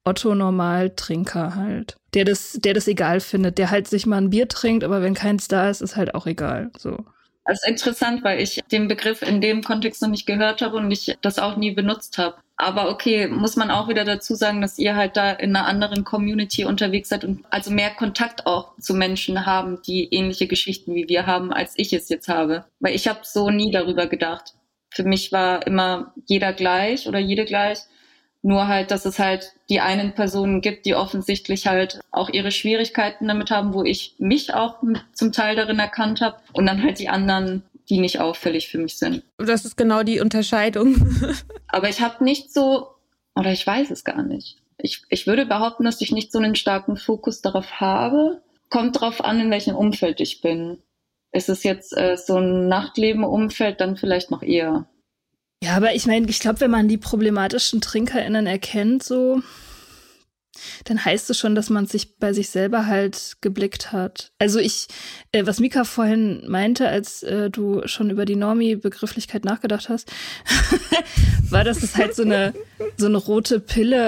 Otto-Normaltrinker halt. Der das egal findet, der halt sich mal ein Bier trinkt, aber wenn keins da ist, ist halt auch egal. So. Das ist interessant, weil ich den Begriff in dem Kontext noch nicht gehört habe und ich das auch nie benutzt habe. Aber okay, muss man auch wieder dazu sagen, dass ihr halt da in einer anderen Community unterwegs seid und also mehr Kontakt auch zu Menschen haben, die ähnliche Geschichten wie wir haben, als ich es jetzt habe. Weil ich habe so nie darüber gedacht. Für mich war immer jeder gleich oder jede gleich. Nur halt, dass es halt die einen Personen gibt, die offensichtlich halt auch ihre Schwierigkeiten damit haben, wo ich mich auch zum Teil darin erkannt habe. Und dann halt die anderen, die nicht auffällig für mich sind. Das ist genau die Unterscheidung. Aber ich habe nicht so, oder ich weiß es gar nicht. Ich würde behaupten, dass ich nicht so einen starken Fokus darauf habe. kommt drauf an, in welchem Umfeld ich bin. Ist es jetzt so ein Nachtleben-Umfeld, dann vielleicht noch eher. Ja, aber ich meine, ich glaube, wenn man die problematischen TrinkerInnen erkennt, so, dann heißt es schon, dass man sich bei sich selber halt geblickt hat. Also was Mika vorhin meinte, als du schon über die Normie-Begrifflichkeit nachgedacht hast, war, dass es halt so eine rote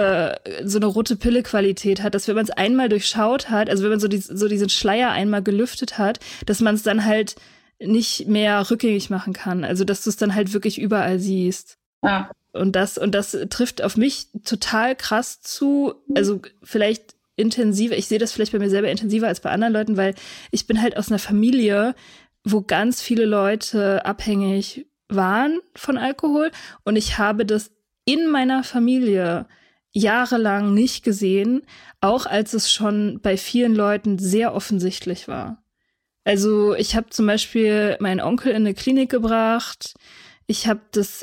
Pille-Qualität hat, dass wenn man es einmal durchschaut hat, also wenn man so diesen Schleier einmal gelüftet hat, dass man es dann halt nicht mehr rückgängig machen kann. Also dass du es dann halt wirklich überall siehst. Ja. Und das trifft auf mich total krass zu, also vielleicht intensiver, ich sehe das vielleicht bei mir selber intensiver als bei anderen Leuten, weil ich bin halt aus einer Familie, wo ganz viele Leute abhängig waren von Alkohol und ich habe das in meiner Familie jahrelang nicht gesehen, auch als es schon bei vielen Leuten sehr offensichtlich war. Also ich habe zum Beispiel meinen Onkel in eine Klinik gebracht. Ich habe das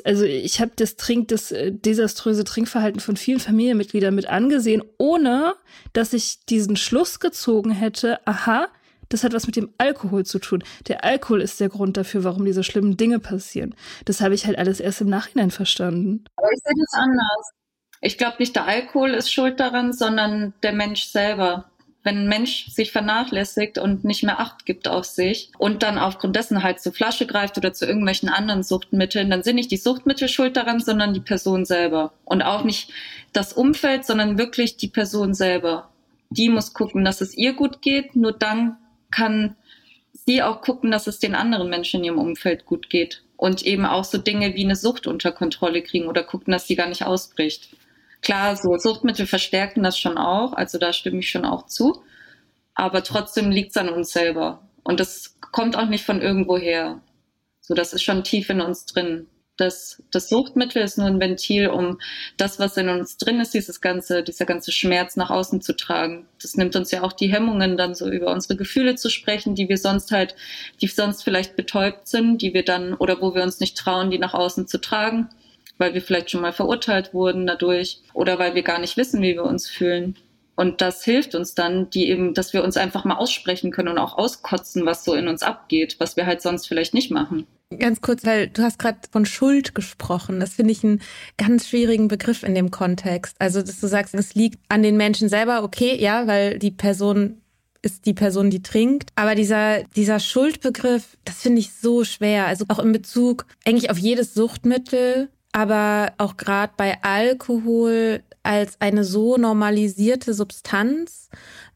desaströse Trinkverhalten von vielen Familienmitgliedern mit angesehen, ohne dass ich diesen Schluss gezogen hätte, aha, das hat was mit dem Alkohol zu tun. Der Alkohol ist der Grund dafür, warum diese schlimmen Dinge passieren. Das habe ich halt alles erst im Nachhinein verstanden. Aber ich sehe das anders. Ich glaube nicht, der Alkohol ist schuld daran, sondern der Mensch selber. Wenn ein Mensch sich vernachlässigt und nicht mehr Acht gibt auf sich und dann aufgrund dessen halt zur Flasche greift oder zu irgendwelchen anderen Suchtmitteln, dann sind nicht die Suchtmittel schuld daran, sondern die Person selber. Und auch nicht das Umfeld, sondern wirklich die Person selber. Die muss gucken, dass es ihr gut geht. Nur dann kann sie auch gucken, dass es den anderen Menschen in ihrem Umfeld gut geht. Und eben auch so Dinge wie eine Sucht unter Kontrolle kriegen oder gucken, dass sie gar nicht ausbricht. Klar, so Suchtmittel verstärken das schon auch, also da stimme ich schon auch zu. Aber trotzdem liegt es an uns selber. Und das kommt auch nicht von irgendwo her. So, das ist schon tief in uns drin. Das Suchtmittel ist nur ein Ventil, um das, was in uns drin ist, dieser ganze Schmerz nach außen zu tragen. Das nimmt uns ja auch die Hemmungen, dann so über unsere Gefühle zu sprechen, die sonst vielleicht betäubt sind, die wir dann, oder wo wir uns nicht trauen, die nach außen zu tragen, weil wir vielleicht schon mal verurteilt wurden dadurch oder weil wir gar nicht wissen, wie wir uns fühlen. Und das hilft uns dann, dass wir uns einfach mal aussprechen können und auch auskotzen, was so in uns abgeht, was wir halt sonst vielleicht nicht machen. Ganz kurz, weil du hast gerade von Schuld gesprochen. Das finde ich einen ganz schwierigen Begriff in dem Kontext. Also, dass du sagst, es liegt an den Menschen selber, okay, ja, weil die Person ist die Person, die trinkt. Aber dieser Schuldbegriff, das finde ich so schwer. Also auch in Bezug eigentlich auf jedes Suchtmittel, aber auch gerade bei Alkohol als eine so normalisierte Substanz,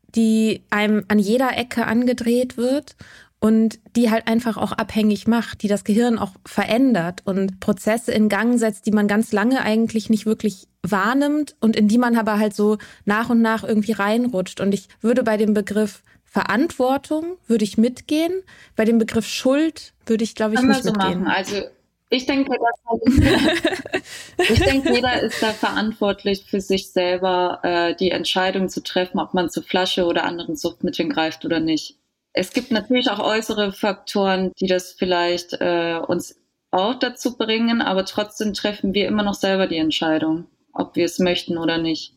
die einem an jeder Ecke angedreht wird und die halt einfach auch abhängig macht, die das Gehirn auch verändert und Prozesse in Gang setzt, die man ganz lange eigentlich nicht wirklich wahrnimmt und in die man aber halt so nach und nach irgendwie reinrutscht. Und ich würde bei dem Begriff Verantwortung, würde ich mitgehen. Bei dem Begriff Schuld würde ich, glaube ich, nicht mitgehen. Also ich denke, jeder ist da verantwortlich für sich selber, die Entscheidung zu treffen, ob man zu Flasche oder anderen Suchtmitteln greift oder nicht. Es gibt natürlich auch äußere Faktoren, die das vielleicht uns auch dazu bringen, aber trotzdem treffen wir immer noch selber die Entscheidung, ob wir es möchten oder nicht.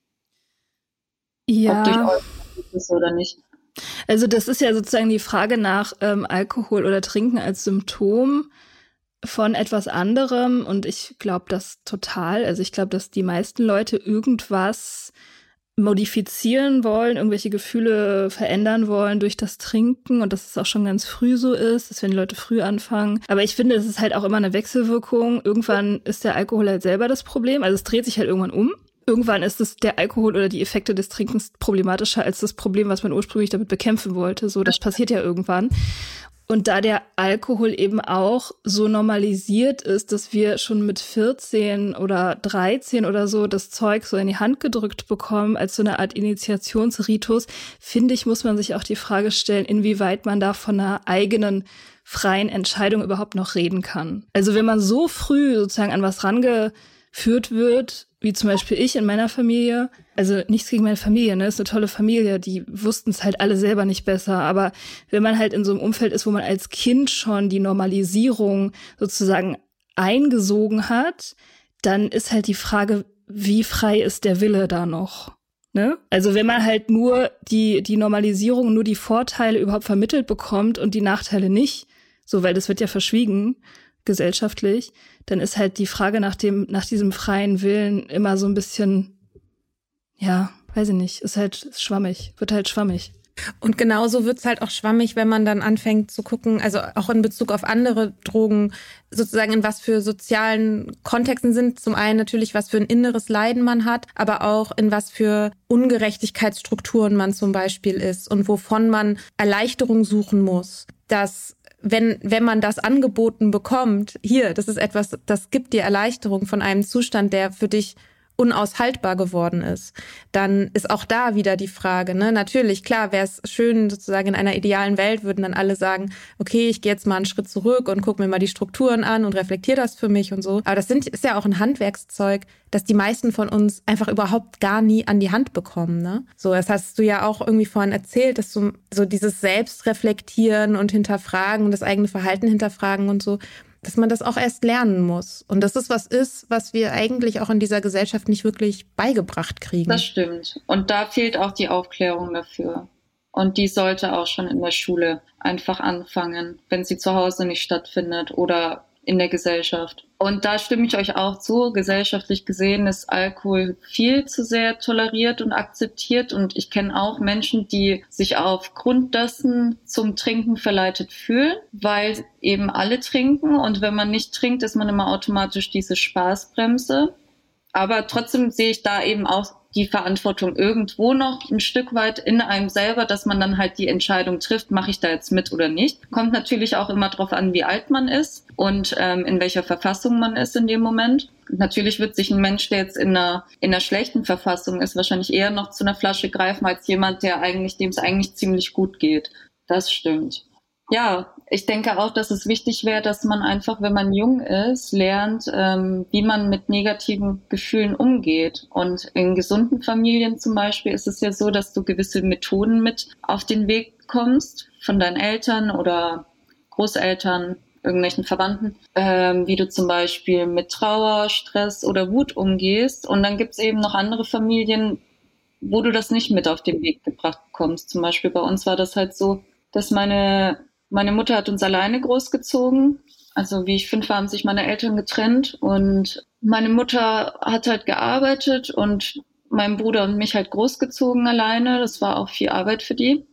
Ja. Ob durch äußeres oder nicht. Also das ist ja sozusagen die Frage nach Alkohol oder Trinken als Symptom von etwas anderem und ich glaube das total. Also ich glaube, dass die meisten Leute irgendwas modifizieren wollen, irgendwelche Gefühle verändern wollen durch das Trinken und dass es auch schon ganz früh so ist, dass wenn die Leute früh anfangen. Aber ich finde, es ist halt auch immer eine Wechselwirkung. Irgendwann ist der Alkohol halt selber das Problem. Also es dreht sich halt irgendwann um. Irgendwann ist es der Alkohol oder die Effekte des Trinkens problematischer als das Problem, was man ursprünglich damit bekämpfen wollte. So, das passiert ja irgendwann. Und da der Alkohol eben auch so normalisiert ist, dass wir schon mit 14 oder 13 oder so das Zeug so in die Hand gedrückt bekommen als so eine Art Initiationsritus, finde ich, muss man sich auch die Frage stellen, inwieweit man da von einer eigenen freien Entscheidung überhaupt noch reden kann. Also wenn man so früh sozusagen an was rangeführt wird, wie zum Beispiel ich in meiner Familie, also nichts gegen meine Familie, ne, ist eine tolle Familie, die wussten es halt alle selber nicht besser, aber wenn man halt in so einem Umfeld ist, wo man als Kind schon die Normalisierung sozusagen eingesogen hat, dann ist halt die Frage, wie frei ist der Wille da noch? Ne? Also wenn man halt nur die Normalisierung, nur die Vorteile überhaupt vermittelt bekommt und die Nachteile nicht, so, weil das wird ja verschwiegen gesellschaftlich, dann ist halt die Frage nach diesem freien Willen immer so ein bisschen, ja, weiß ich nicht, ist halt schwammig, wird halt schwammig. Und genauso wird's halt auch schwammig, wenn man dann anfängt zu gucken, also auch in Bezug auf andere Drogen, sozusagen in was für sozialen Kontexten sind. Zum einen natürlich, was für ein inneres Leiden man hat, aber auch in was für Ungerechtigkeitsstrukturen man zum Beispiel ist und wovon man Erleichterung suchen muss. Dass wenn man das angeboten bekommt, hier, das ist etwas, das gibt dir Erleichterung von einem Zustand, der für dich unaushaltbar geworden ist, dann ist auch da wieder die Frage, ne? Natürlich, klar, wäre es schön, sozusagen in einer idealen Welt würden dann alle sagen, okay, ich gehe jetzt mal einen Schritt zurück und gucke mir mal die Strukturen an und reflektiere das für mich und so. Aber das ist ja auch ein Handwerkszeug, das die meisten von uns einfach überhaupt gar nie an die Hand bekommen, ne? So, das hast du ja auch irgendwie vorhin erzählt, dass du so dieses Selbstreflektieren und Hinterfragen, das eigene Verhalten hinterfragen und so, dass man das auch erst lernen muss. Und dass es was ist, was wir eigentlich auch in dieser Gesellschaft nicht wirklich beigebracht kriegen. Das stimmt. Und da fehlt auch die Aufklärung dafür. Und die sollte auch schon in der Schule einfach anfangen, wenn sie zu Hause nicht stattfindet oder in der Gesellschaft. Und da stimme ich euch auch zu. Gesellschaftlich gesehen ist Alkohol viel zu sehr toleriert und akzeptiert. Und ich kenne auch Menschen, die sich aufgrund dessen zum Trinken verleitet fühlen, weil eben alle trinken. Und wenn man nicht trinkt, ist man immer automatisch diese Spaßbremse. Aber trotzdem sehe ich da eben auch die Verantwortung irgendwo noch ein Stück weit in einem selber, dass man dann halt die Entscheidung trifft, mache ich da jetzt mit oder nicht. Kommt natürlich auch immer drauf an, wie alt man ist und in welcher Verfassung man ist in dem Moment. Natürlich wird sich ein Mensch, der jetzt in einer schlechten Verfassung ist, wahrscheinlich eher noch zu einer Flasche greifen, als jemand, dem es eigentlich ziemlich gut geht. Das stimmt. Ja, ich denke auch, dass es wichtig wäre, dass man einfach, wenn man jung ist, lernt, wie man mit negativen Gefühlen umgeht. Und in gesunden Familien zum Beispiel ist es ja so, dass du gewisse Methoden mit auf den Weg bekommst von deinen Eltern oder Großeltern, irgendwelchen Verwandten, wie du zum Beispiel mit Trauer, Stress oder Wut umgehst. Und dann gibt es eben noch andere Familien, wo du das nicht mit auf den Weg gebracht bekommst. Zum Beispiel bei uns war das halt so, dass meine Mutter hat uns alleine großgezogen. Also wie ich 5 war, haben sich meine Eltern getrennt und meine Mutter hat halt gearbeitet und meinen Bruder und mich halt großgezogen alleine. Das war auch viel Arbeit für die.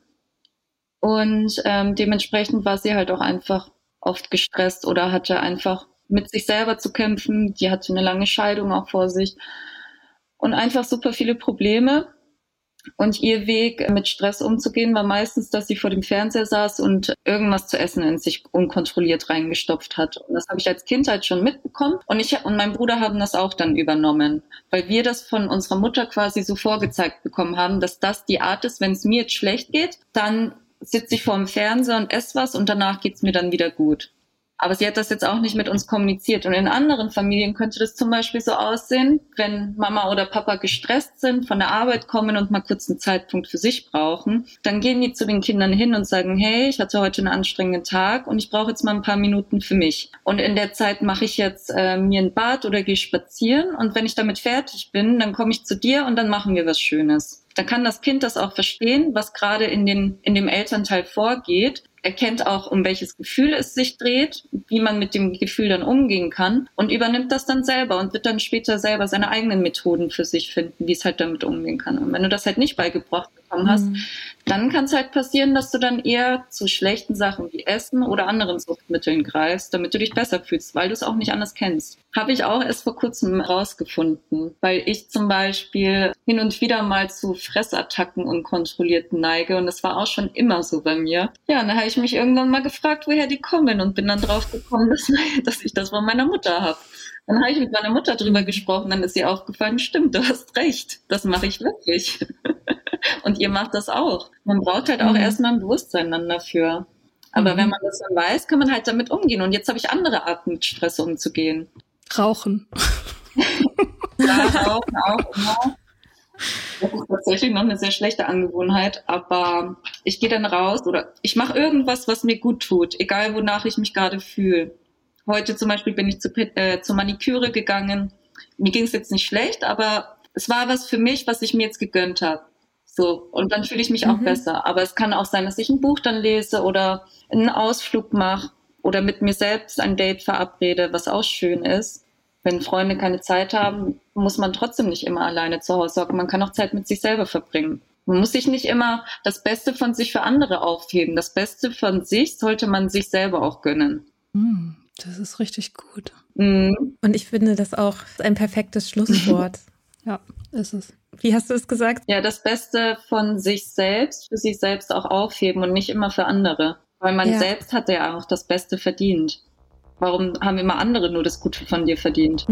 Und dementsprechend war sie halt auch einfach oft gestresst oder hatte einfach mit sich selber zu kämpfen. Die hatte eine lange Scheidung auch vor sich und einfach super viele Probleme. Und ihr Weg, mit Stress umzugehen, war meistens, dass sie vor dem Fernseher saß und irgendwas zu essen in sich unkontrolliert reingestopft hat. Und das habe ich als Kind halt schon mitbekommen. Und ich und mein Bruder haben das auch dann übernommen, weil wir das von unserer Mutter quasi so vorgezeigt bekommen haben, dass das die Art ist, wenn es mir jetzt schlecht geht, dann sitze ich vor dem Fernseher und esse was und danach geht's mir dann wieder gut. Aber sie hat das jetzt auch nicht mit uns kommuniziert. Und in anderen Familien könnte das zum Beispiel so aussehen, wenn Mama oder Papa gestresst sind, von der Arbeit kommen und mal kurz einen Zeitpunkt für sich brauchen. Dann gehen die zu den Kindern hin und sagen, hey, ich hatte heute einen anstrengenden Tag und ich brauche jetzt mal ein paar Minuten für mich. Und in der Zeit mache ich jetzt mir ein Bad oder gehe spazieren. Und wenn ich damit fertig bin, dann komme ich zu dir und dann machen wir was Schönes. Dann kann das Kind das auch verstehen, was gerade in dem Elternteil vorgeht. Er kennt auch, um welches Gefühl es sich dreht, wie man mit dem Gefühl dann umgehen kann und übernimmt das dann selber und wird dann später selber seine eigenen Methoden für sich finden, wie es halt damit umgehen kann. Und wenn du das halt nicht beigebracht bekommen hast, dann kann es halt passieren, dass du dann eher zu schlechten Sachen wie Essen oder anderen Suchtmitteln greifst, damit du dich besser fühlst, weil du es auch nicht anders kennst. Habe ich auch erst vor kurzem rausgefunden, weil ich zum Beispiel hin und wieder mal zu Fressattacken unkontrollierten neige und das war auch schon immer so bei mir. Ja, und dann habe ich mich irgendwann mal gefragt, woher die kommen und bin dann drauf gekommen, dass ich das von meiner Mutter habe. Dann habe ich mit meiner Mutter drüber gesprochen, dann ist ihr aufgefallen, stimmt, du hast recht, das mache ich wirklich. Und ihr macht das auch. Man braucht halt auch erstmal ein Bewusstsein dann dafür. Aber wenn man das dann weiß, kann man halt damit umgehen. Und jetzt habe ich andere Arten, mit Stress umzugehen. Rauchen. Ja, Rauchen auch immer. Das ist tatsächlich noch eine sehr schlechte Angewohnheit, aber ich gehe dann raus oder ich mache irgendwas, was mir gut tut, egal wonach ich mich gerade fühle. Heute zum Beispiel bin ich zur Maniküre gegangen. Mir ging es jetzt nicht schlecht, aber es war was für mich, was ich mir jetzt gegönnt habe. So, und dann fühle ich mich auch besser. Aber es kann auch sein, dass ich ein Buch dann lese oder einen Ausflug mache oder mit mir selbst ein Date verabrede, was auch schön ist. Wenn Freunde keine Zeit haben, muss man trotzdem nicht immer alleine zu Hause hocken. Man kann auch Zeit mit sich selber verbringen. Man muss sich nicht immer das Beste von sich für andere aufheben. Das Beste von sich sollte man sich selber auch gönnen. Das ist richtig gut. Und ich finde das auch ein perfektes Schlusswort. Ja, ist es. Wie hast du es gesagt? Ja, das Beste von sich selbst, für sich selbst auch aufheben und nicht immer für andere. Weil man selbst hat ja auch das Beste verdient. Warum haben immer andere nur das Gute von dir verdient?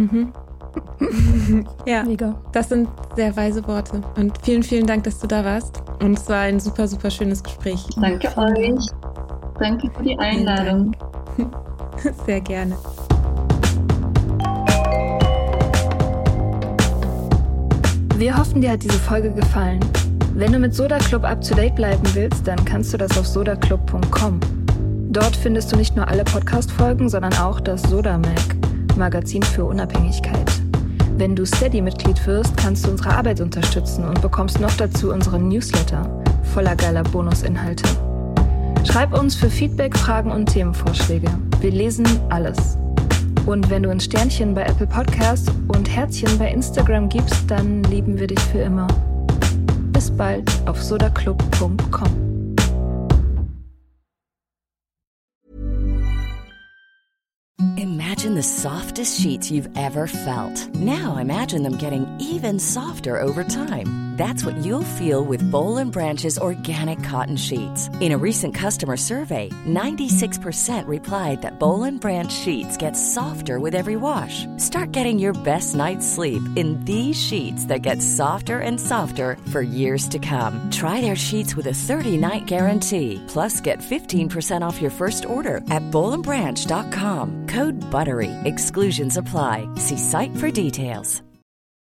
Ja, mega. Das sind sehr weise Worte. Und vielen, vielen Dank, dass du da warst. Und es war ein super, super schönes Gespräch. Danke euch. Danke für die Einladung. Sehr gerne. Wir hoffen, dir hat diese Folge gefallen. Wenn du mit Soda Club up to date bleiben willst, dann kannst du das auf sodaclub.com. Dort findest du nicht nur alle Podcast-Folgen, sondern auch das Soda Mag, Magazin für Unabhängigkeit. Wenn du Steady-Mitglied wirst, kannst du unsere Arbeit unterstützen und bekommst noch dazu unseren Newsletter voller geiler Bonusinhalte. Schreib uns für Feedback, Fragen und Themenvorschläge. Wir lesen alles. Und wenn du ein Sternchen bei Apple Podcasts und Herzchen bei Instagram gibst, dann lieben wir dich für immer. Bis bald auf sodaclub.com. Imagine the softest sheets you've ever felt. Now imagine them getting even softer over time. That's what you'll feel with Boll & Branch's organic cotton sheets. In a recent customer survey, 96% replied that Boll & Branch sheets get softer with every wash. Start getting your best night's sleep in these sheets that get softer and softer for years to come. Try their sheets with a 30-night guarantee. Plus, get 15% off your first order at bollandbranch.com. Code BUTTERY. Exclusions apply. See site for details.